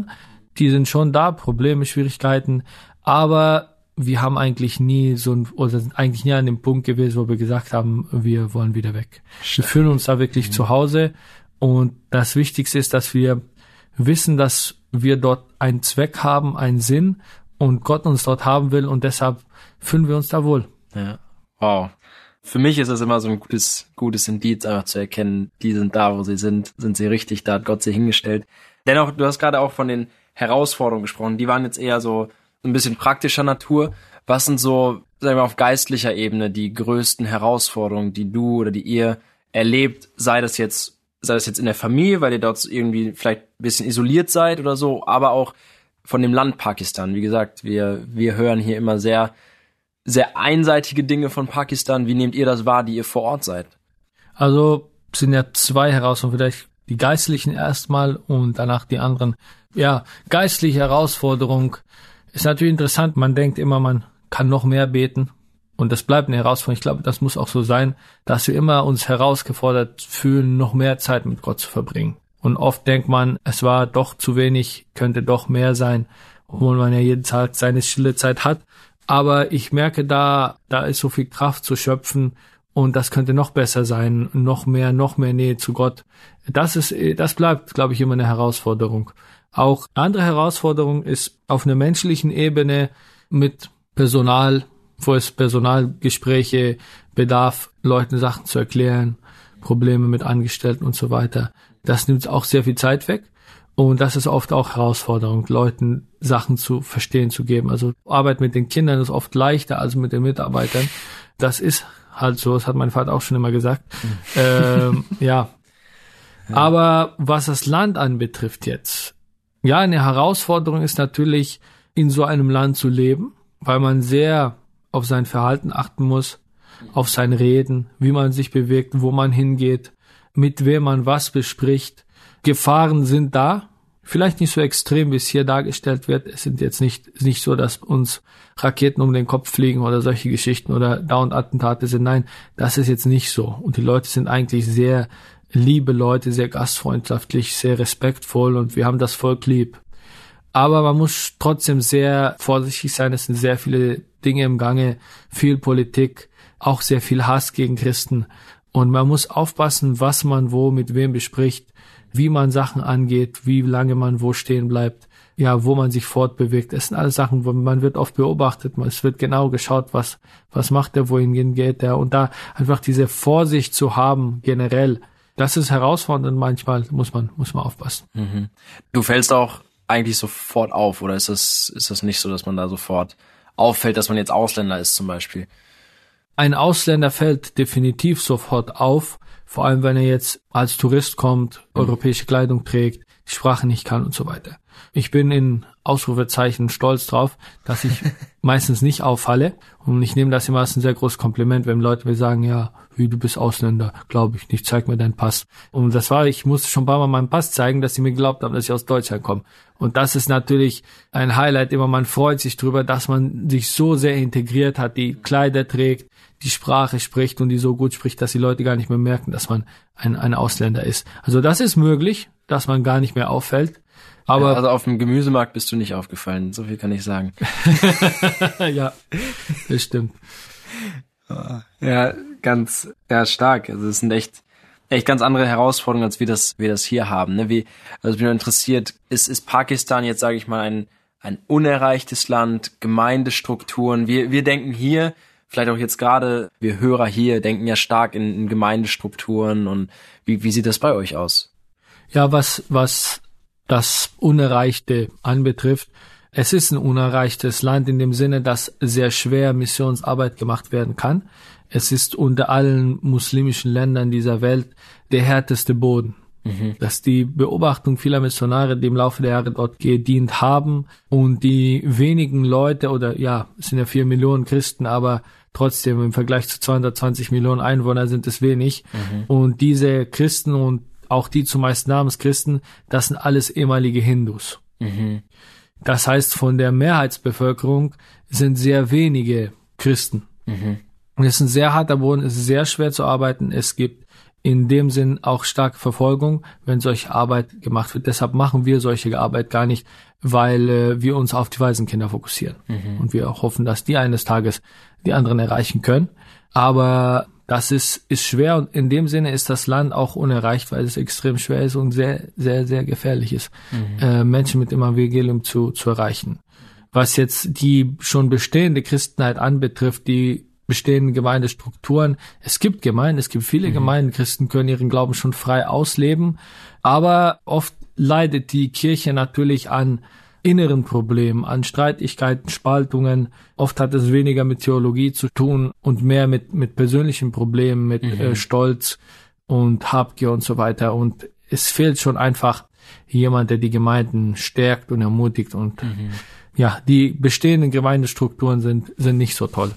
die sind schon da, Probleme, Schwierigkeiten, aber wir haben eigentlich nie sind eigentlich nie an dem Punkt gewesen, wo wir gesagt haben, wir wollen wieder weg. Wir fühlen uns da wirklich zu Hause und das Wichtigste ist, dass wir wissen, dass wir dort einen Zweck haben, einen Sinn und Gott uns dort haben will und deshalb fühlen wir uns da wohl. Ja, wow. Für mich ist das immer so ein gutes Indiz, einfach zu erkennen, die sind da, wo sie sind sie richtig, da hat Gott sie hingestellt. Dennoch, du hast gerade auch von den Herausforderungen gesprochen, die waren jetzt eher so ein bisschen praktischer Natur. Was sind so, sagen wir, auf geistlicher Ebene die größten Herausforderungen, die du oder die ihr erlebt, sei das jetzt in der Familie, weil ihr dort irgendwie vielleicht ein bisschen isoliert seid oder so, aber auch von dem Land Pakistan. Wie gesagt, wir hören hier immer sehr, sehr einseitige Dinge von Pakistan. Wie nehmt ihr das wahr, die ihr vor Ort seid? Also es sind ja zwei Herausforderungen, vielleicht die geistlichen erstmal und danach die anderen. Ja, geistliche Herausforderung ist natürlich interessant. Man denkt immer, man kann noch mehr beten und das bleibt eine Herausforderung. Ich glaube, das muss auch so sein, dass wir immer uns herausgefordert fühlen, noch mehr Zeit mit Gott zu verbringen. Und oft denkt man, es war doch zu wenig, könnte doch mehr sein, obwohl man ja jeden Tag seine stille Zeit hat. Aber ich merke, da ist so viel Kraft zu schöpfen und das könnte noch besser sein, noch mehr Nähe zu Gott. Das bleibt, glaube ich, immer eine Herausforderung. Auch eine andere Herausforderung ist auf einer menschlichen Ebene mit Personal, wo es Personalgespräche bedarf, Leuten Sachen zu erklären, Probleme mit Angestellten und so weiter. Das nimmt auch sehr viel Zeit weg. Und das ist oft auch Herausforderung, Leuten Sachen zu verstehen zu geben. Also Arbeit mit den Kindern ist oft leichter als mit den Mitarbeitern. Das ist halt so, das hat mein Vater auch schon immer gesagt. Ja. Aber was das Land anbetrifft jetzt, ja, eine Herausforderung ist natürlich, in so einem Land zu leben, weil man sehr auf sein Verhalten achten muss, auf sein Reden, wie man sich bewegt, wo man hingeht, mit wem man was bespricht. Gefahren sind da, vielleicht nicht so extrem, wie es hier dargestellt wird. Es sind jetzt nicht so, dass uns Raketen um den Kopf fliegen oder solche Geschichten oder dauernd Attentate sind. Nein, das ist jetzt nicht so. Und die Leute sind eigentlich sehr liebe Leute, sehr gastfreundschaftlich, sehr respektvoll und wir haben das Volk lieb. Aber man muss trotzdem sehr vorsichtig sein. Es sind sehr viele Dinge im Gange, viel Politik, auch sehr viel Hass gegen Christen. Und man muss aufpassen, was man wo mit wem bespricht, wie man Sachen angeht, wie lange man wo stehen bleibt, ja, wo man sich fortbewegt. Es sind alles Sachen, wo man wird oft beobachtet, es wird genau geschaut, was macht der, wohin geht der. Und da einfach diese Vorsicht zu haben, generell, das ist herausfordernd, manchmal muss man aufpassen. Mhm. Du fällst auch eigentlich sofort auf, oder ist das nicht so, dass man da sofort auffällt, dass man jetzt Ausländer ist zum Beispiel? Ein Ausländer fällt definitiv sofort auf, vor allem wenn er jetzt als Tourist kommt, europäische Kleidung trägt, die Sprache nicht kann und so weiter. Ich bin in Ausrufezeichen stolz drauf, dass ich meistens nicht auffalle und ich nehme das immer als ein sehr großes Kompliment, wenn Leute mir sagen, ja, wie, du bist Ausländer, glaube ich nicht, zeig mir deinen Pass. Und ich musste schon ein paar Mal meinen Pass zeigen, dass sie mir geglaubt haben, dass ich aus Deutschland komme. Und das ist natürlich ein Highlight immer, man freut sich drüber, dass man sich so sehr integriert hat, die Kleider trägt, die Sprache spricht und die so gut spricht, dass die Leute gar nicht mehr merken, dass man ein Ausländer ist. Also das ist möglich, dass man gar nicht mehr auffällt. Aber ja, also auf dem Gemüsemarkt bist du nicht aufgefallen, so viel kann ich sagen. Ja, das stimmt. Ja, ganz stark. Also es sind echt ganz andere Herausforderungen, als wir das hier haben. Ne? Also mich nur interessiert, ist Pakistan jetzt, sage ich mal, ein unerreichtes Land, Gemeindestrukturen. Wir denken hier, vielleicht auch jetzt gerade, wir Hörer hier denken ja stark in Gemeindestrukturen. Und wie sieht das bei euch aus? Ja, was das Unerreichte anbetrifft, es ist ein unerreichtes Land in dem Sinne, dass sehr schwer Missionsarbeit gemacht werden kann. Es ist unter allen muslimischen Ländern dieser Welt der härteste Boden. Mhm. Dass die Beobachtung vieler Missionare, die im Laufe der Jahre dort gedient haben und die wenigen Leute oder ja, es sind ja 4 Millionen Christen, aber trotzdem im Vergleich zu 220 Millionen Einwohnern sind es wenig. Mhm. Und diese Christen und auch die zumeist Namenschristen, das sind alles ehemalige Hindus. Mhm. Das heißt, von der Mehrheitsbevölkerung sind sehr wenige Christen. Mhm. Und es ist ein sehr harter Boden, es ist sehr schwer zu arbeiten. Es gibt in dem Sinn auch starke Verfolgung, wenn solche Arbeit gemacht wird. Deshalb machen wir solche Arbeit gar nicht, weil wir uns auf die Waisenkinder fokussieren. Und wir auch hoffen, dass die eines Tages die anderen erreichen können. Aber das ist schwer und in dem Sinne ist das Land auch unerreicht, weil es extrem schwer ist und sehr, sehr, sehr gefährlich ist, Menschen mit dem Evangelium zu erreichen. Was jetzt die schon bestehende Christenheit anbetrifft, die bestehenden Gemeindestrukturen. Es gibt Gemeinden, es gibt viele Gemeinden, Christen können ihren Glauben schon frei ausleben, aber oft leidet die Kirche natürlich an inneren Problemen, an Streitigkeiten, Spaltungen. Oft hat es weniger mit Theologie zu tun und mehr mit persönlichen Problemen, mit Stolz und Habgier und so weiter. Und es fehlt schon einfach jemand, der die Gemeinden stärkt und ermutigt. Und ja, die bestehenden Gemeindestrukturen sind nicht so toll.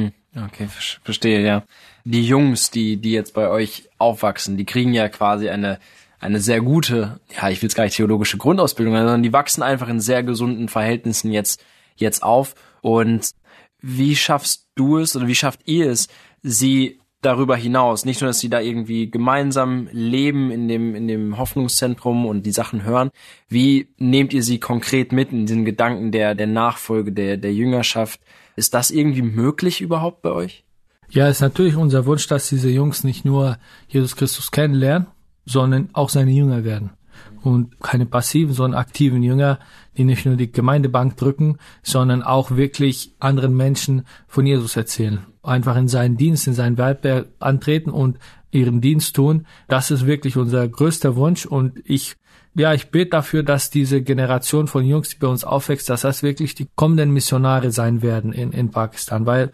Okay, verstehe, ja. Die Jungs, die jetzt bei euch aufwachsen, die kriegen ja quasi eine sehr gute, ja, ich will es gar nicht theologische Grundausbildung, sondern die wachsen einfach in sehr gesunden Verhältnissen jetzt auf. Und wie schaffst du es oder wie schafft ihr es, sie darüber hinaus, nicht nur, dass sie da irgendwie gemeinsam leben in dem Hoffnungszentrum und die Sachen hören, wie nehmt ihr sie konkret mit in diesen Gedanken der Nachfolge, der Jüngerschaft? Ist das irgendwie möglich überhaupt bei euch? Ja, ist natürlich unser Wunsch, dass diese Jungs nicht nur Jesus Christus kennenlernen, sondern auch seine Jünger werden. Und keine passiven, sondern aktiven Jünger, die nicht nur die Gemeindebank drücken, sondern auch wirklich anderen Menschen von Jesus erzählen. Einfach in seinen Dienst, in seinen Werk antreten und ihren Dienst tun. Das ist wirklich unser größter Wunsch. Und ich bete dafür, dass diese Generation von Jungs, die bei uns aufwächst, dass das wirklich die kommenden Missionare sein werden in Pakistan. Weil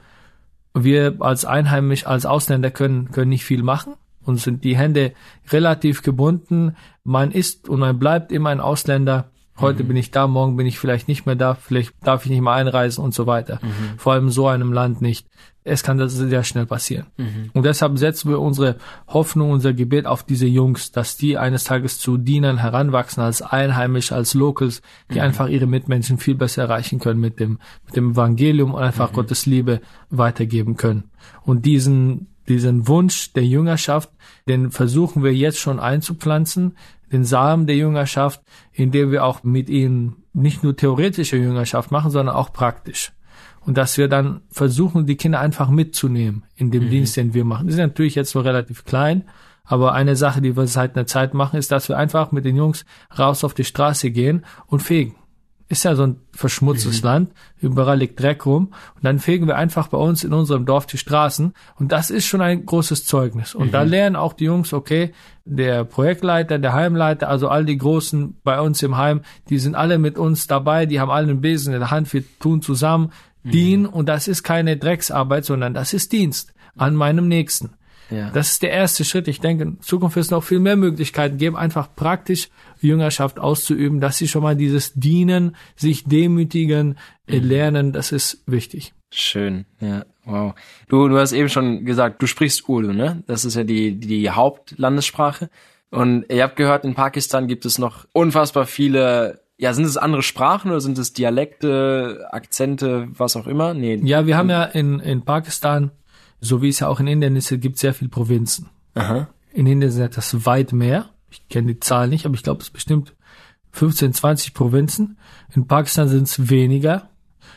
wir als Einheimisch, als Ausländer können nicht viel machen. Uns sind die Hände relativ gebunden. Man ist und man bleibt immer ein Ausländer. Heute bin ich da, morgen bin ich vielleicht nicht mehr da, vielleicht darf ich nicht mehr einreisen und so weiter. Vor allem in so einem Land nicht. Es kann das sehr schnell passieren. Und deshalb setzen wir unsere Hoffnung, unser Gebet auf diese Jungs, dass die eines Tages zu Dienern heranwachsen, als Einheimische, als Locals, die einfach ihre Mitmenschen viel besser erreichen können mit dem Evangelium und einfach Gottes Liebe weitergeben können. Und diesen Wunsch der Jüngerschaft, den versuchen wir jetzt schon einzupflanzen, den Samen der Jüngerschaft, indem wir auch mit ihnen nicht nur theoretische Jüngerschaft machen, sondern auch praktisch. Und dass wir dann versuchen, die Kinder einfach mitzunehmen in dem Dienst, den wir machen. Die sind natürlich jetzt noch relativ klein, aber eine Sache, die wir seit einer Zeit machen, ist, dass wir einfach mit den Jungs raus auf die Straße gehen und fegen. Ist ja so ein verschmutztes Land, überall liegt Dreck rum und dann fegen wir einfach bei uns in unserem Dorf die Straßen und das ist schon ein großes Zeugnis. Und da lernen auch die Jungs, okay, der Projektleiter, der Heimleiter, also all die Großen bei uns im Heim, die sind alle mit uns dabei, die haben alle einen Besen in der Hand, wir tun zusammen, dienen und das ist keine Drecksarbeit, sondern das ist Dienst an meinem Nächsten. Ja. Das ist der erste Schritt. Ich denke, in Zukunft wird es noch viel mehr Möglichkeiten geben, einfach praktisch Jüngerschaft auszuüben, dass sie schon mal dieses Dienen, sich demütigen, lernen, das ist wichtig. Schön, ja, wow. Du hast eben schon gesagt, du sprichst Urdu, ne? Das ist ja die Hauptlandessprache. Und ihr habt gehört, in Pakistan gibt es noch unfassbar viele, ja, sind es andere Sprachen oder sind es Dialekte, Akzente, was auch immer? Nee. Ja, wir haben ja in Pakistan, so wie es ja auch in Indien ist, gibt es sehr viele Provinzen. Aha. In Indien sind das weit mehr. Ich kenne die Zahl nicht, aber ich glaube, es sind bestimmt 15, 20 Provinzen. In Pakistan sind es weniger.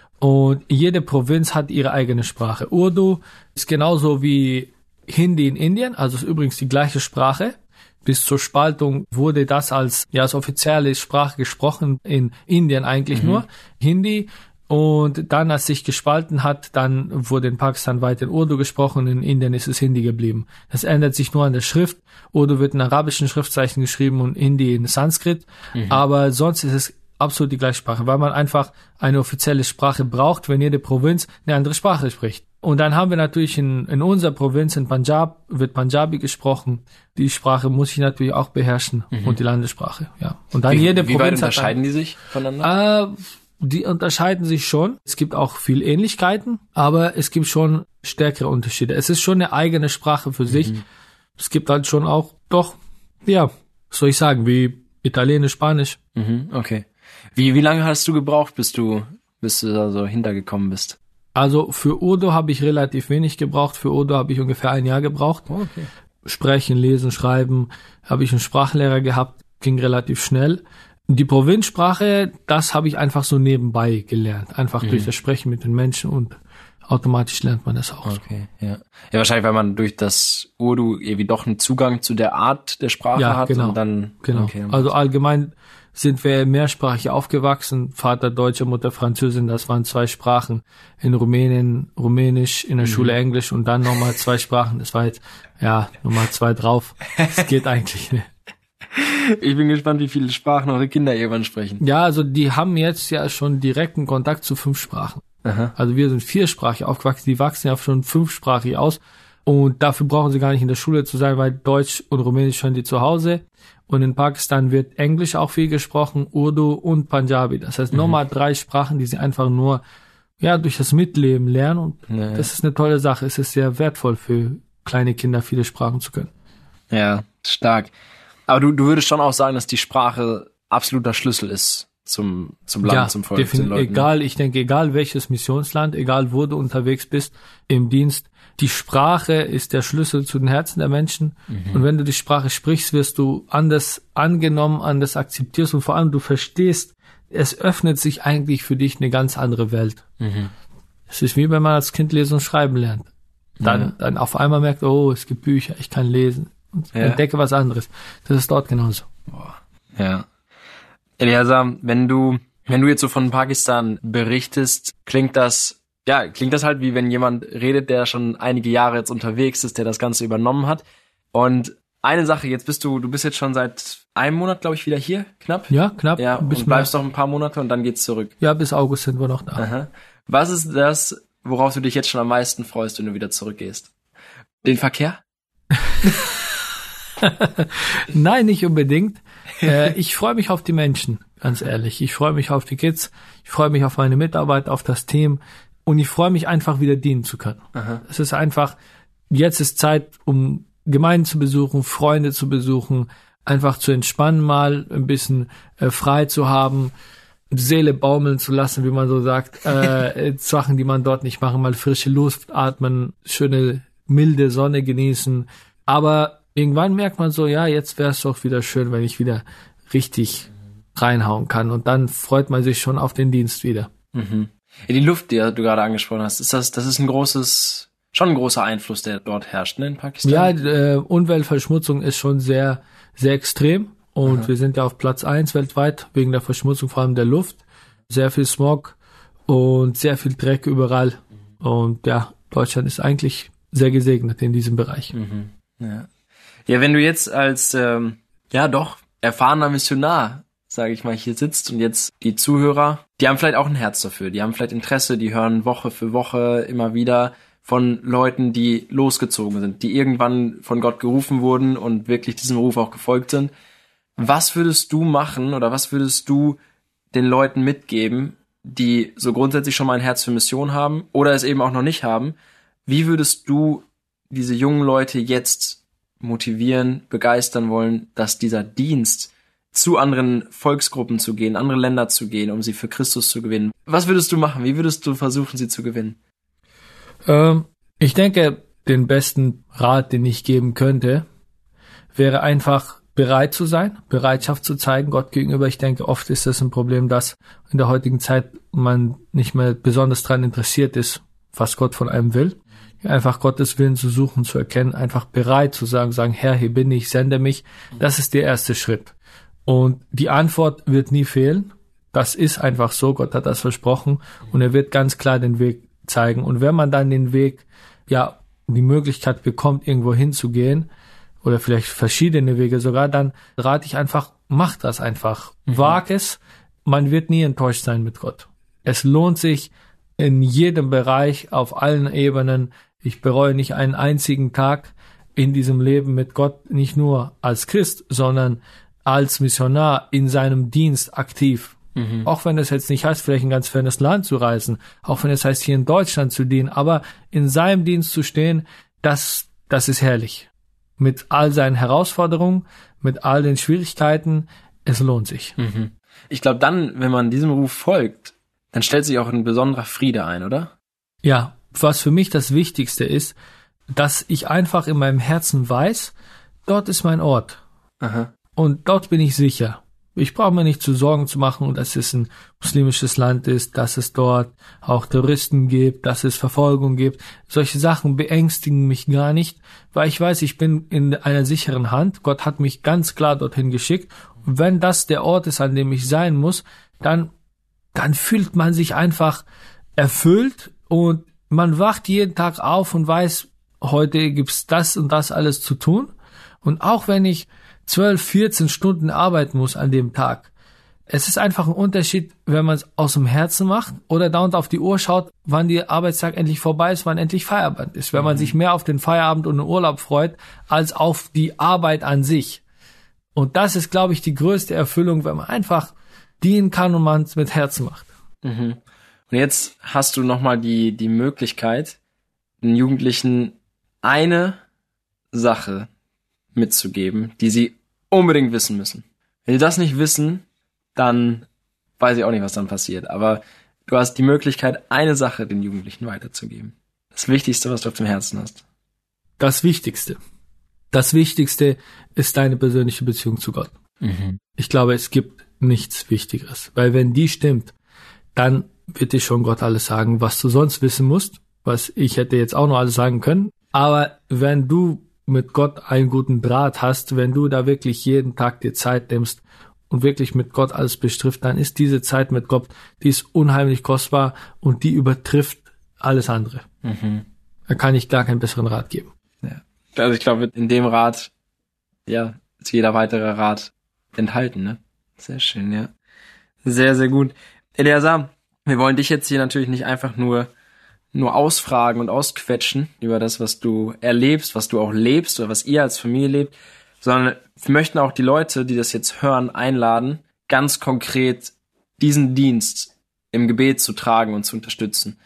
Und jede Provinz hat ihre eigene Sprache. Urdu ist genauso wie Hindi in Indien, also ist übrigens die gleiche Sprache. Bis zur Spaltung wurde das als offizielle Sprache gesprochen in Indien eigentlich nur. Hindi. Und dann, als sich gespalten hat, dann wurde in Pakistan weiter Urdu gesprochen, in Indien ist es Hindi geblieben. Das ändert sich nur an der Schrift. Urdu wird in arabischen Schriftzeichen geschrieben und Hindi in Sanskrit. Aber sonst ist es absolut die gleiche Sprache, weil man einfach eine offizielle Sprache braucht, wenn jede Provinz eine andere Sprache spricht. Und dann haben wir natürlich in unserer Provinz, in Punjab, wird Punjabi gesprochen. Die Sprache muss ich natürlich auch beherrschen und die Landessprache, ja. Und dann jede Provinz. Wie weit unterscheiden die sich voneinander? Die unterscheiden sich schon. Es gibt auch viel Ähnlichkeiten, aber es gibt schon stärkere Unterschiede. Es ist schon eine eigene Sprache für sich. Es gibt halt schon auch, soll ich sagen, wie Italienisch, Spanisch. Okay. Wie lange hast du gebraucht, bis du da so hintergekommen bist? Also für Urdu habe ich relativ wenig gebraucht. Für Urdu habe ich ungefähr ein Jahr gebraucht. Okay. Sprechen, Lesen, Schreiben, habe ich einen Sprachlehrer gehabt, ging relativ schnell. Die Provinzsprache, das habe ich einfach so nebenbei gelernt, einfach durch das Sprechen mit den Menschen und automatisch lernt man das auch. Okay, ja. Ja, wahrscheinlich, weil man durch das Urdu irgendwie doch einen Zugang zu der Art der Sprache hat. Genau. Und dann, genau. Okay, also allgemein sind wir mehrsprachig aufgewachsen. Vater Deutscher, Mutter Französin, das waren 2 Sprachen. In Rumänien Rumänisch, in der Schule Englisch und dann nochmal 2 Sprachen. Das war jetzt, nochmal 2 drauf. Das geht eigentlich nicht. Ich bin gespannt, wie viele Sprachen eure Kinder irgendwann sprechen. Ja, also die haben jetzt ja schon direkten Kontakt zu 5 Sprachen. Aha. Also wir sind 4-sprachig aufgewachsen, die wachsen ja schon 5-sprachig aus und dafür brauchen sie gar nicht in der Schule zu sein, weil Deutsch und Rumänisch hören die zu Hause und in Pakistan wird Englisch auch viel gesprochen, Urdu und Punjabi. Das heißt nochmal 3 Sprachen, die sie einfach nur durch das Mitleben lernen und das ist eine tolle Sache. Es ist sehr wertvoll für kleine Kinder, viele Sprachen zu können. Ja, stark. Aber du würdest schon auch sagen, dass die Sprache absoluter Schlüssel ist zum Land, zum Volk, zu den Leuten. Egal welches Missionsland, egal wo du unterwegs bist im Dienst, die Sprache ist der Schlüssel zu den Herzen der Menschen. Und wenn du die Sprache sprichst, wirst du anders angenommen, anders akzeptierst und vor allem du verstehst, es öffnet sich eigentlich für dich eine ganz andere Welt. Es ist wie wenn man als Kind lesen und schreiben lernt. Dann auf einmal merkt, oh, es gibt Bücher, ich kann lesen. Und entdecke was anderes. Das ist dort genauso. Boah. Ja. Eliazar, wenn du jetzt so von Pakistan berichtest, klingt das halt wie wenn jemand redet, der schon einige Jahre jetzt unterwegs ist, der das Ganze übernommen hat. Und eine Sache, du bist jetzt schon seit einem Monat, glaube ich, wieder hier, knapp? Ja, knapp. Ja, und bleibst noch ein paar Monate und dann geht's zurück. Ja, bis August sind wir noch da. Aha. Was ist das, worauf du dich jetzt schon am meisten freust, wenn du wieder zurückgehst? Den Verkehr? Nein, nicht unbedingt. Ich freue mich auf die Menschen, ganz ehrlich. Ich freue mich auf die Kids, ich freue mich auf meine Mitarbeit, auf das Team und ich freue mich einfach wieder dienen zu können. Aha. Es ist einfach, jetzt ist Zeit, um Gemeinden zu besuchen, Freunde zu besuchen, einfach zu entspannen mal, ein bisschen frei zu haben, die Seele baumeln zu lassen, wie man so sagt, Sachen, die man dort nicht machen, mal frische Luft atmen, schöne milde Sonne genießen, aber irgendwann merkt man so, jetzt wäre es doch wieder schön, wenn ich wieder richtig reinhauen kann. Und dann freut man sich schon auf den Dienst wieder. Mhm. Ja, die Luft, die du gerade angesprochen hast, das ist schon ein großer Einfluss, der dort herrscht, ne, in Pakistan? Ja, Umweltverschmutzung ist schon sehr, sehr extrem. Und wir sind ja auf Platz 1 weltweit wegen der Verschmutzung, vor allem der Luft. Sehr viel Smog und sehr viel Dreck überall. Und Deutschland ist eigentlich sehr gesegnet in diesem Bereich. Mhm. Ja, wenn du jetzt als erfahrener Missionar, sage ich mal, hier sitzt und jetzt die Zuhörer, die haben vielleicht auch ein Herz dafür, die haben vielleicht Interesse, die hören Woche für Woche immer wieder von Leuten, die losgezogen sind, die irgendwann von Gott gerufen wurden und wirklich diesem Ruf auch gefolgt sind. Was würdest du machen oder was würdest du den Leuten mitgeben, die so grundsätzlich schon mal ein Herz für Mission haben oder es eben auch noch nicht haben? Wie würdest du diese jungen Leute jetzt motivieren, begeistern wollen, dass dieser Dienst zu anderen Volksgruppen zu gehen, andere Länder zu gehen, um sie für Christus zu gewinnen? Was würdest du machen? Wie würdest du versuchen, sie zu gewinnen? Ich denke, den besten Rat, den ich geben könnte, wäre einfach bereit zu sein, Bereitschaft zu zeigen Gott gegenüber. Ich denke, oft ist das ein Problem, dass in der heutigen Zeit man nicht mehr besonders daran interessiert ist, was Gott von einem will. Einfach Gottes Willen zu suchen, zu erkennen, einfach bereit zu sagen, Herr, hier bin ich, sende mich. Das ist der erste Schritt. Und die Antwort wird nie fehlen. Das ist einfach so, Gott hat das versprochen und er wird ganz klar den Weg zeigen. Und wenn man dann den Weg, die Möglichkeit bekommt, irgendwo hinzugehen oder vielleicht verschiedene Wege sogar, dann rate ich einfach, mach das einfach. Wag es. Man wird nie enttäuscht sein mit Gott. Es lohnt sich in jedem Bereich, auf allen Ebenen. Ich bereue nicht einen einzigen Tag in diesem Leben mit Gott, nicht nur als Christ, sondern als Missionar in seinem Dienst aktiv. Auch wenn das jetzt nicht heißt, vielleicht ein ganz fernes Land zu reisen, auch wenn es heißt, hier in Deutschland zu dienen, aber in seinem Dienst zu stehen, das ist herrlich. Mit all seinen Herausforderungen, mit all den Schwierigkeiten, es lohnt sich. Ich glaube dann, wenn man diesem Ruf folgt, dann stellt sich auch ein besonderer Friede ein, oder? Ja, was für mich das Wichtigste ist, dass ich einfach in meinem Herzen weiß, dort ist mein Ort. Aha. Und dort bin ich sicher. Ich brauche mir nicht zu Sorgen zu machen, dass es ein muslimisches Land ist, dass es dort auch Terroristen gibt, dass es Verfolgung gibt. Solche Sachen beängstigen mich gar nicht, weil ich weiß, ich bin in einer sicheren Hand. Gott hat mich ganz klar dorthin geschickt. Und wenn das der Ort ist, an dem ich sein muss, dann fühlt man sich einfach erfüllt und man wacht jeden Tag auf und weiß, heute gibt's das und das alles zu tun. Und auch wenn ich 12, 14 Stunden arbeiten muss an dem Tag. Es ist einfach ein Unterschied, wenn man es aus dem Herzen macht oder dauernd auf die Uhr schaut, wann der Arbeitstag endlich vorbei ist, wann endlich Feierabend ist. Wenn man sich mehr auf den Feierabend und den Urlaub freut, als auf die Arbeit an sich. Und das ist, glaube ich, die größte Erfüllung, wenn man einfach dienen kann und man es mit Herzen macht. Mhm. Und jetzt hast du nochmal die Möglichkeit, den Jugendlichen eine Sache mitzugeben, die sie unbedingt wissen müssen. Wenn sie das nicht wissen, dann weiß ich auch nicht, was dann passiert. Aber du hast die Möglichkeit, eine Sache den Jugendlichen weiterzugeben. Das Wichtigste, was du auf dem Herzen hast. Das Wichtigste ist deine persönliche Beziehung zu Gott. Mhm. Ich glaube, es gibt nichts Wichtigeres. Weil wenn die stimmt, dann wird dir schon Gott alles sagen, was du sonst wissen musst. Was ich hätte jetzt auch noch alles sagen können. Aber wenn du mit Gott einen guten Draht hast, wenn du da wirklich jeden Tag dir Zeit nimmst und wirklich mit Gott alles betrifft, dann ist diese Zeit mit Gott, die ist unheimlich kostbar und die übertrifft alles andere. Mhm. Da kann ich gar keinen besseren Rat geben. Ja. Also ich glaube, in dem Rat, ja, ist jeder weitere Rat enthalten, ne? Sehr schön, ja. Sehr, sehr gut. Eleazar, wir wollen dich jetzt hier natürlich nicht einfach nur ausfragen und ausquetschen über das, was du erlebst, was du auch lebst oder was ihr als Familie lebt, sondern wir möchten auch die Leute, die das jetzt hören, einladen, ganz konkret diesen Dienst im Gebet zu tragen und zu unterstützen.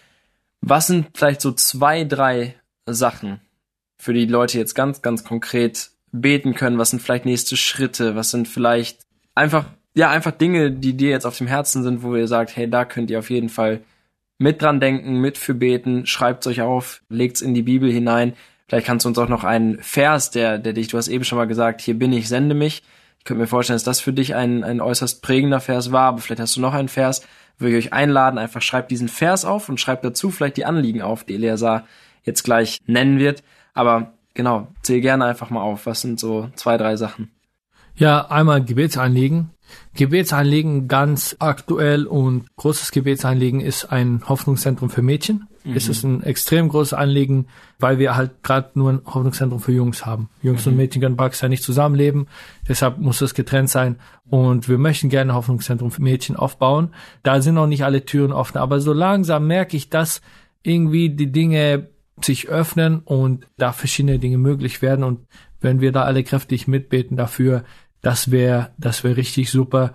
Was sind vielleicht so 2, 3 Sachen, für die Leute jetzt ganz, ganz konkret beten können? Was sind vielleicht nächste Schritte? Was sind vielleicht einfach Dinge, die dir jetzt auf dem Herzen sind, wo ihr sagt, hey, da könnt ihr auf jeden Fall mit dran denken, mit für beten, schreibt's euch auf, legt's in die Bibel hinein. Vielleicht kannst du uns auch noch einen Vers, der dich, du hast eben schon mal gesagt, hier bin ich, sende mich. Ich könnte mir vorstellen, dass das für dich ein äußerst prägender Vers war, aber vielleicht hast du noch einen Vers, würde ich euch einladen, einfach schreibt diesen Vers auf und schreibt dazu vielleicht die Anliegen auf, die Eleazar jetzt gleich nennen wird. Aber genau, zähl gerne einfach mal auf. Was sind so 2, 3 Sachen? Ja, einmal Gebetsanliegen. Gebetsanliegen ganz aktuell und großes Gebetsanliegen ist ein Hoffnungszentrum für Mädchen. Es ist ein extrem großes Anliegen, weil wir halt gerade nur ein Hoffnungszentrum für Jungs haben. Jungs und Mädchen können praktisch nicht zusammenleben, deshalb muss es getrennt sein. Und wir möchten gerne ein Hoffnungszentrum für Mädchen aufbauen. Da sind noch nicht alle Türen offen, aber so langsam merke ich, dass irgendwie die Dinge sich öffnen und da verschiedene Dinge möglich werden. Und wenn wir da alle kräftig mitbeten dafür, das wäre richtig super.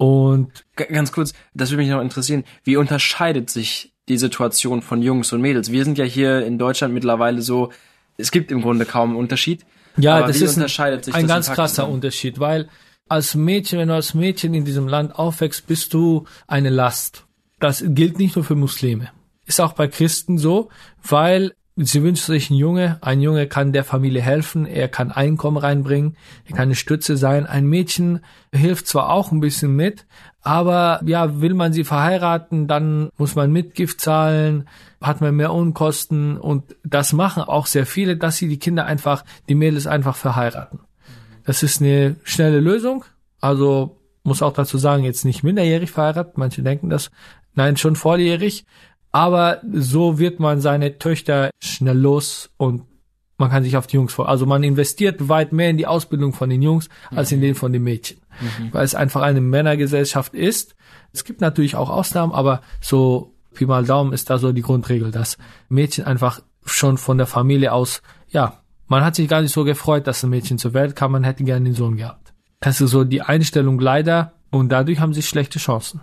Und ganz kurz, das würde mich noch interessieren. Wie unterscheidet sich die Situation von Jungs und Mädels? Wir sind ja hier in Deutschland mittlerweile so, es gibt im Grunde kaum einen Unterschied. Ja, aber das wie ist unterscheidet sich ein das ganz in krasser Pakistan? Unterschied, weil als Mädchen, wenn du als Mädchen in diesem Land aufwächst, bist du eine Last. Das gilt nicht nur für Muslime. Ist auch bei Christen so, weil sie wünschen sich einen Junge. Ein Junge kann der Familie helfen, er kann Einkommen reinbringen, er kann eine Stütze sein. Ein Mädchen hilft zwar auch ein bisschen mit, aber ja, will man sie verheiraten, dann muss man Mitgift zahlen, hat man mehr Unkosten und das machen auch sehr viele, dass sie die Mädels einfach verheiraten. Das ist eine schnelle Lösung, also muss auch dazu sagen, jetzt nicht minderjährig verheiratet, manche denken das, nein, schon volljährig. Aber so wird man seine Töchter schnell los und man kann sich auf die Jungs vor. Also man investiert weit mehr in die Ausbildung von den Jungs als in den von den Mädchen. Weil es einfach eine Männergesellschaft ist. Es gibt natürlich auch Ausnahmen, aber so Pi mal Daumen ist da so die Grundregel, dass Mädchen einfach schon von der Familie aus, ja, man hat sich gar nicht so gefreut, dass ein Mädchen zur Welt kam, man hätte gerne den Sohn gehabt. Das ist so die Einstellung leider und dadurch haben sie schlechte Chancen.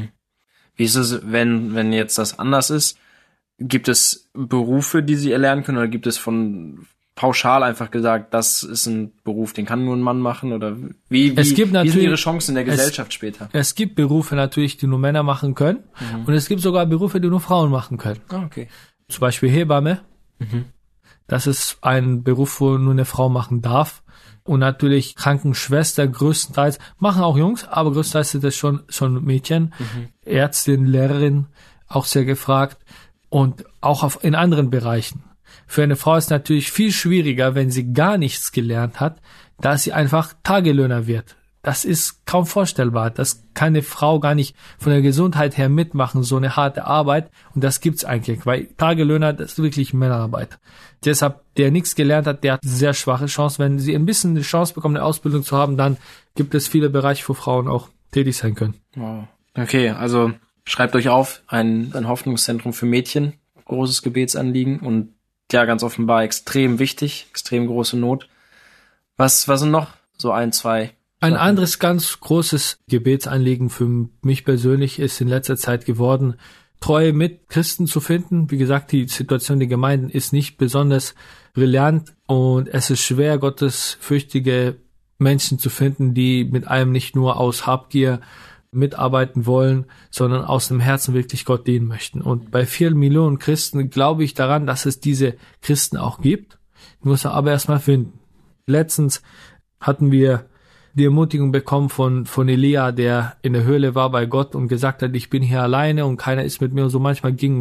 Wie ist es, wenn jetzt das anders ist? Gibt es Berufe, die sie erlernen können, oder gibt es von pauschal einfach gesagt, das ist ein Beruf, den kann nur ein Mann machen? Oder wie sind ihre Chancen in der Gesellschaft später? Es gibt Berufe natürlich, die nur Männer machen können. Und es gibt sogar Berufe, die nur Frauen machen können. Ah, okay. Zum Beispiel Hebamme. Das ist ein Beruf, wo nur eine Frau machen darf. Und natürlich Krankenschwester größtenteils, machen auch Jungs, aber größtenteils sind das schon Mädchen. Ärztin, Lehrerin, auch sehr gefragt. Und auch in anderen Bereichen. Für eine Frau ist natürlich viel schwieriger, wenn sie gar nichts gelernt hat, da sie einfach Tagelöhner wird. Das ist kaum vorstellbar. Das kann eine Frau gar nicht von der Gesundheit her mitmachen, so eine harte Arbeit. Und das gibt's eigentlich, weil Tagelöhner, das ist wirklich Männerarbeit. Deshalb, der nichts gelernt hat, der hat sehr schwache Chance. Wenn sie ein bisschen eine Chance bekommen, eine Ausbildung zu haben, dann gibt es viele Bereiche, wo Frauen auch tätig sein können. Wow. Okay, also schreibt euch auf, ein Hoffnungszentrum für Mädchen, großes Gebetsanliegen und ja, ganz offenbar extrem wichtig, extrem große Not. Was sind noch so ein, zwei? Ein anderes ganz großes Gebetsanliegen für mich persönlich ist in letzter Zeit geworden, treue Mitchristen zu finden. Wie gesagt, die Situation der Gemeinden ist nicht besonders brillant und es ist schwer, gottesfürchtige Menschen zu finden, die mit einem nicht nur aus Habgier mitarbeiten wollen, sondern aus dem Herzen wirklich Gott dienen möchten. Und bei vielen Millionen Christen glaube ich daran, dass es diese Christen auch gibt. Ich muss aber erstmal finden. Letztens hatten wir die Ermutigung bekommen von Elia, der in der Höhle war bei Gott und gesagt hat, ich bin hier alleine und keiner ist mit mir. Und so manchmal ging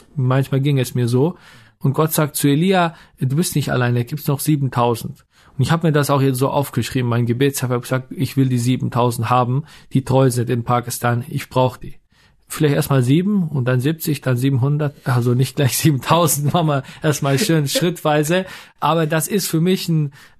es mir so. Und Gott sagt zu Elia, du bist nicht alleine, gibt's noch 7000. Und ich habe mir das auch jetzt so aufgeschrieben, mein Gebet. Ich habe gesagt, ich will die 7000 haben, die treu sind in Pakistan. Ich brauche die. Vielleicht erstmal 7 und dann 70, dann 700. Also nicht gleich 7000, machen wir erstmal schön schrittweise. Aber das ist für mich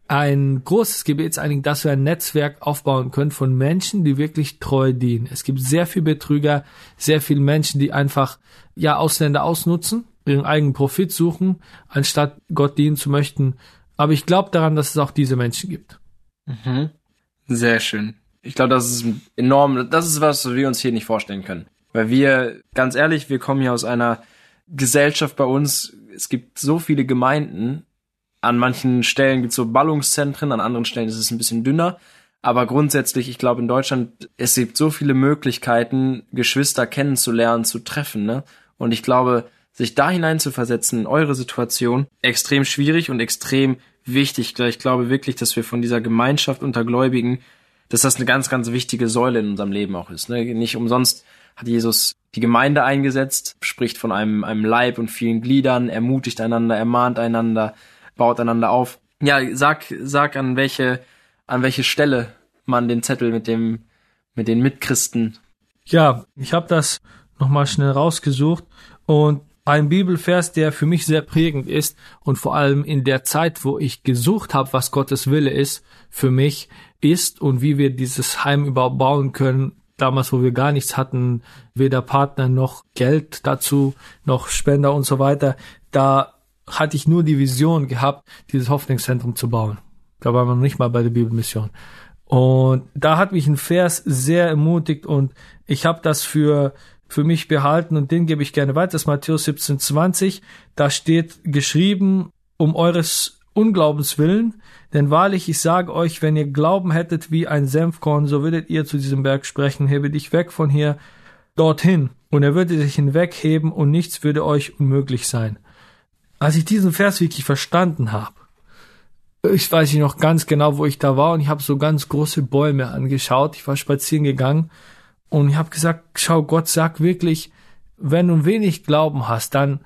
ein großes Gebetsanliegen, dass wir ein Netzwerk aufbauen können von Menschen, die wirklich treu dienen. Es gibt sehr viel Betrüger, sehr viele Menschen, die einfach Ausländer ausnutzen, ihren eigenen Profit suchen, anstatt Gott dienen zu möchten. Aber ich glaube daran, dass es auch diese Menschen gibt. Mhm. Sehr schön. Ich glaube, das ist enorm, das ist was wir uns hier nicht vorstellen können. Weil wir, ganz ehrlich, wir kommen hier aus einer Gesellschaft bei uns, es gibt so viele Gemeinden, an manchen Stellen gibt es so Ballungszentren, an anderen Stellen ist es ein bisschen dünner. Aber grundsätzlich, ich glaube in Deutschland, es gibt so viele Möglichkeiten, Geschwister kennenzulernen, zu treffen, ne? Und ich glaube, sich da hineinzuversetzen in eure Situation, extrem schwierig und extrem wichtig. Ich glaube wirklich, dass wir von dieser Gemeinschaft unter Gläubigen, dass das eine ganz, ganz wichtige Säule in unserem Leben auch ist, ne? Nicht umsonst hat Jesus die Gemeinde eingesetzt, spricht von einem Leib und vielen Gliedern, ermutigt einander, ermahnt einander, baut einander auf. Ja, sag an welche Stelle man den Zettel mit den Mitchristen. Ja, ich habe das nochmal schnell rausgesucht und ein Bibelvers, der für mich sehr prägend ist und vor allem in der Zeit, wo ich gesucht habe, was Gottes Wille ist, für mich ist und wie wir dieses Heim überhaupt bauen können, damals, wo wir gar nichts hatten, weder Partner noch Geld dazu, noch Spender und so weiter, da hatte ich nur die Vision gehabt, dieses Hoffnungszentrum zu bauen. Da waren wir noch nicht mal bei der Bibelmission. Und da hat mich ein Vers sehr ermutigt und ich habe das für mich behalten und den gebe ich gerne weiter. Das ist Matthäus 17,20. Da steht geschrieben, um eures Unglaubens willen, denn wahrlich, ich sage euch, wenn ihr Glauben hättet wie ein Senfkorn, so würdet ihr zu diesem Berg sprechen, hebe dich weg von hier dorthin. Und er würde sich hinwegheben und nichts würde euch unmöglich sein. Als ich diesen Vers wirklich verstanden habe, ich weiß noch ganz genau, wo ich da war und ich habe so ganz große Bäume angeschaut. Ich war spazieren gegangen und ich habe gesagt, schau, Gott sagt wirklich, wenn du wenig Glauben hast, dann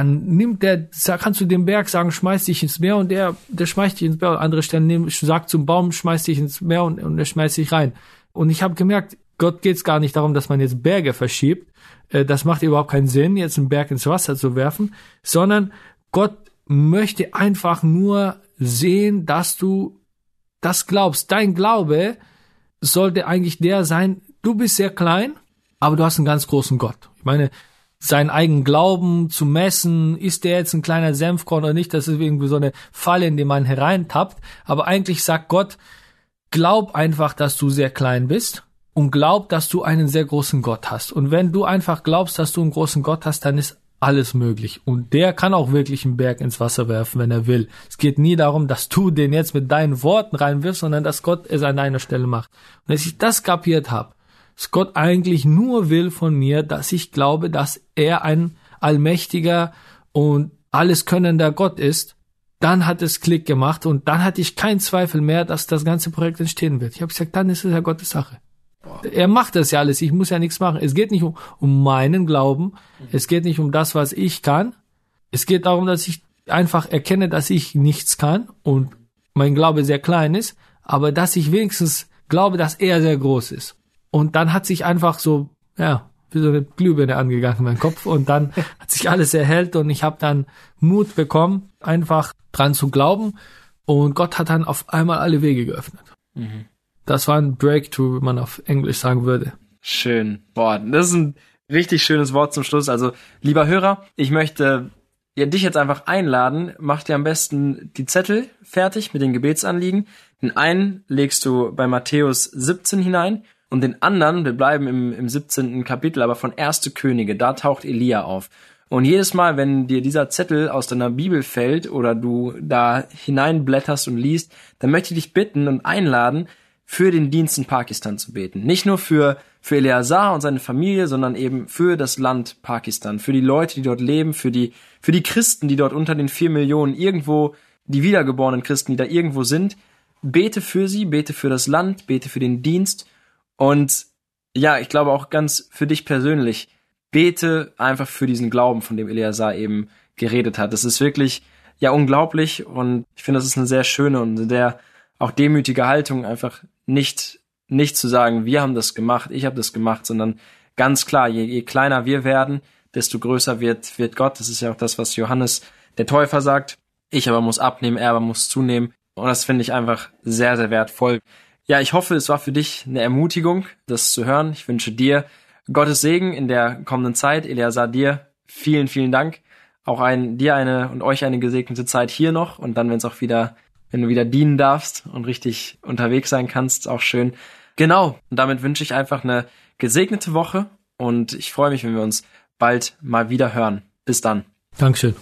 kannst du dem Berg sagen, schmeiß dich ins Meer und der schmeißt dich ins Meer. Und andere Stellen sagt zum Baum, schmeiß dich ins Meer und er schmeißt dich rein. Und ich habe gemerkt, Gott geht es gar nicht darum, dass man jetzt Berge verschiebt. Das macht überhaupt keinen Sinn, jetzt einen Berg ins Wasser zu werfen, sondern Gott möchte einfach nur sehen, dass du das glaubst. Dein Glaube sollte eigentlich der sein, du bist sehr klein, aber du hast einen ganz großen Gott. Ich meine, seinen eigenen Glauben zu messen, ist der jetzt ein kleiner Senfkorn oder nicht, das ist irgendwie so eine Falle, in die man hereintappt. Aber eigentlich sagt Gott, glaub einfach, dass du sehr klein bist und glaub, dass du einen sehr großen Gott hast. Und wenn du einfach glaubst, dass du einen großen Gott hast, dann ist alles möglich. Und der kann auch wirklich einen Berg ins Wasser werfen, wenn er will. Es geht nie darum, dass du den jetzt mit deinen Worten reinwirfst, sondern dass Gott es an deiner Stelle macht. Und als ich das kapiert habe, dass Gott eigentlich nur will von mir, dass ich glaube, dass er ein allmächtiger und alles könnender Gott ist, dann hat es Klick gemacht und dann hatte ich keinen Zweifel mehr, dass das ganze Projekt entstehen wird. Ich habe gesagt, dann ist es ja Gottes Sache. Er macht das ja alles, ich muss ja nichts machen. Es geht nicht um meinen Glauben, es geht nicht um das, was ich kann. Es geht darum, dass ich einfach erkenne, dass ich nichts kann und mein Glaube sehr klein ist, aber dass ich wenigstens glaube, dass er sehr groß ist. Und dann hat sich einfach so, wie so eine Glühbirne angegangen in meinem Kopf und dann hat sich alles erhellt und ich habe dann Mut bekommen, einfach dran zu glauben und Gott hat dann auf einmal alle Wege geöffnet. Mhm. Das war ein Breakthrough, wie man auf Englisch sagen würde. Schön. Boah, das ist ein richtig schönes Wort zum Schluss. Also, lieber Hörer, ich möchte dich jetzt einfach einladen. Mach dir am besten die Zettel fertig mit den Gebetsanliegen. Den einen legst du bei Matthäus 17 hinein und den anderen, wir bleiben im 17. Kapitel, aber von 1. Könige, da taucht Elia auf. Und jedes Mal, wenn dir dieser Zettel aus deiner Bibel fällt oder du da hineinblätterst und liest, dann möchte ich dich bitten und einladen, für den Dienst in Pakistan zu beten. Nicht nur für Eleazar und seine Familie, sondern eben für das Land Pakistan, für die Leute, die dort leben, für die Christen, die dort unter den 4 Millionen irgendwo, die wiedergeborenen Christen, die da irgendwo sind. Bete für sie, bete für das Land, bete für den Dienst und ja, ich glaube auch ganz für dich persönlich, bete einfach für diesen Glauben, von dem Eleazar eben geredet hat. Das ist wirklich ja unglaublich und ich finde, das ist eine sehr schöne und sehr auch demütige Haltung, einfach nicht zu sagen, wir haben das gemacht, ich habe das gemacht, sondern ganz klar, je kleiner wir werden, desto größer wird Gott. Das ist ja auch das, was Johannes der Täufer sagt. Ich aber muss abnehmen, er aber muss zunehmen. Und das finde ich einfach sehr, sehr wertvoll. Ja, ich hoffe, es war für dich eine Ermutigung, das zu hören. Ich wünsche dir Gottes Segen in der kommenden Zeit. Eleazar, dir vielen, vielen Dank. Auch dir und euch eine gesegnete Zeit hier noch. Und dann, wenn du wieder dienen darfst und richtig unterwegs sein kannst, auch schön. Genau, und damit wünsche ich einfach eine gesegnete Woche und ich freue mich, wenn wir uns bald mal wieder hören. Bis dann. Dankeschön.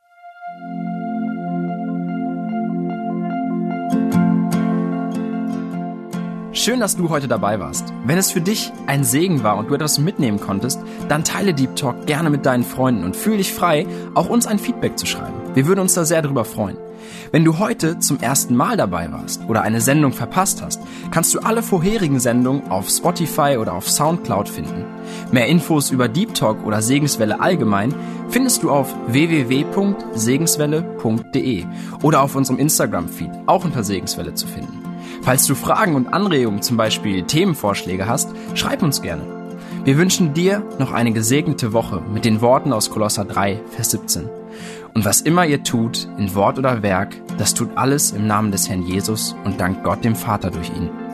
Schön, dass du heute dabei warst. Wenn es für dich ein Segen war und du etwas mitnehmen konntest, dann teile Deep Talk gerne mit deinen Freunden und fühl dich frei, auch uns ein Feedback zu schreiben. Wir würden uns da sehr drüber freuen. Wenn du heute zum ersten Mal dabei warst oder eine Sendung verpasst hast, kannst du alle vorherigen Sendungen auf Spotify oder auf Soundcloud finden. Mehr Infos über Deep Talk oder Segenswelle allgemein findest du auf www.segenswelle.de oder auf unserem Instagram-Feed, auch unter Segenswelle zu finden. Falls du Fragen und Anregungen, zum Beispiel Themenvorschläge hast, schreib uns gerne. Wir wünschen dir noch eine gesegnete Woche mit den Worten aus Kolosser 3, Vers 17. Und was immer ihr tut, in Wort oder Werk, das tut alles im Namen des Herrn Jesus und dankt Gott dem Vater durch ihn.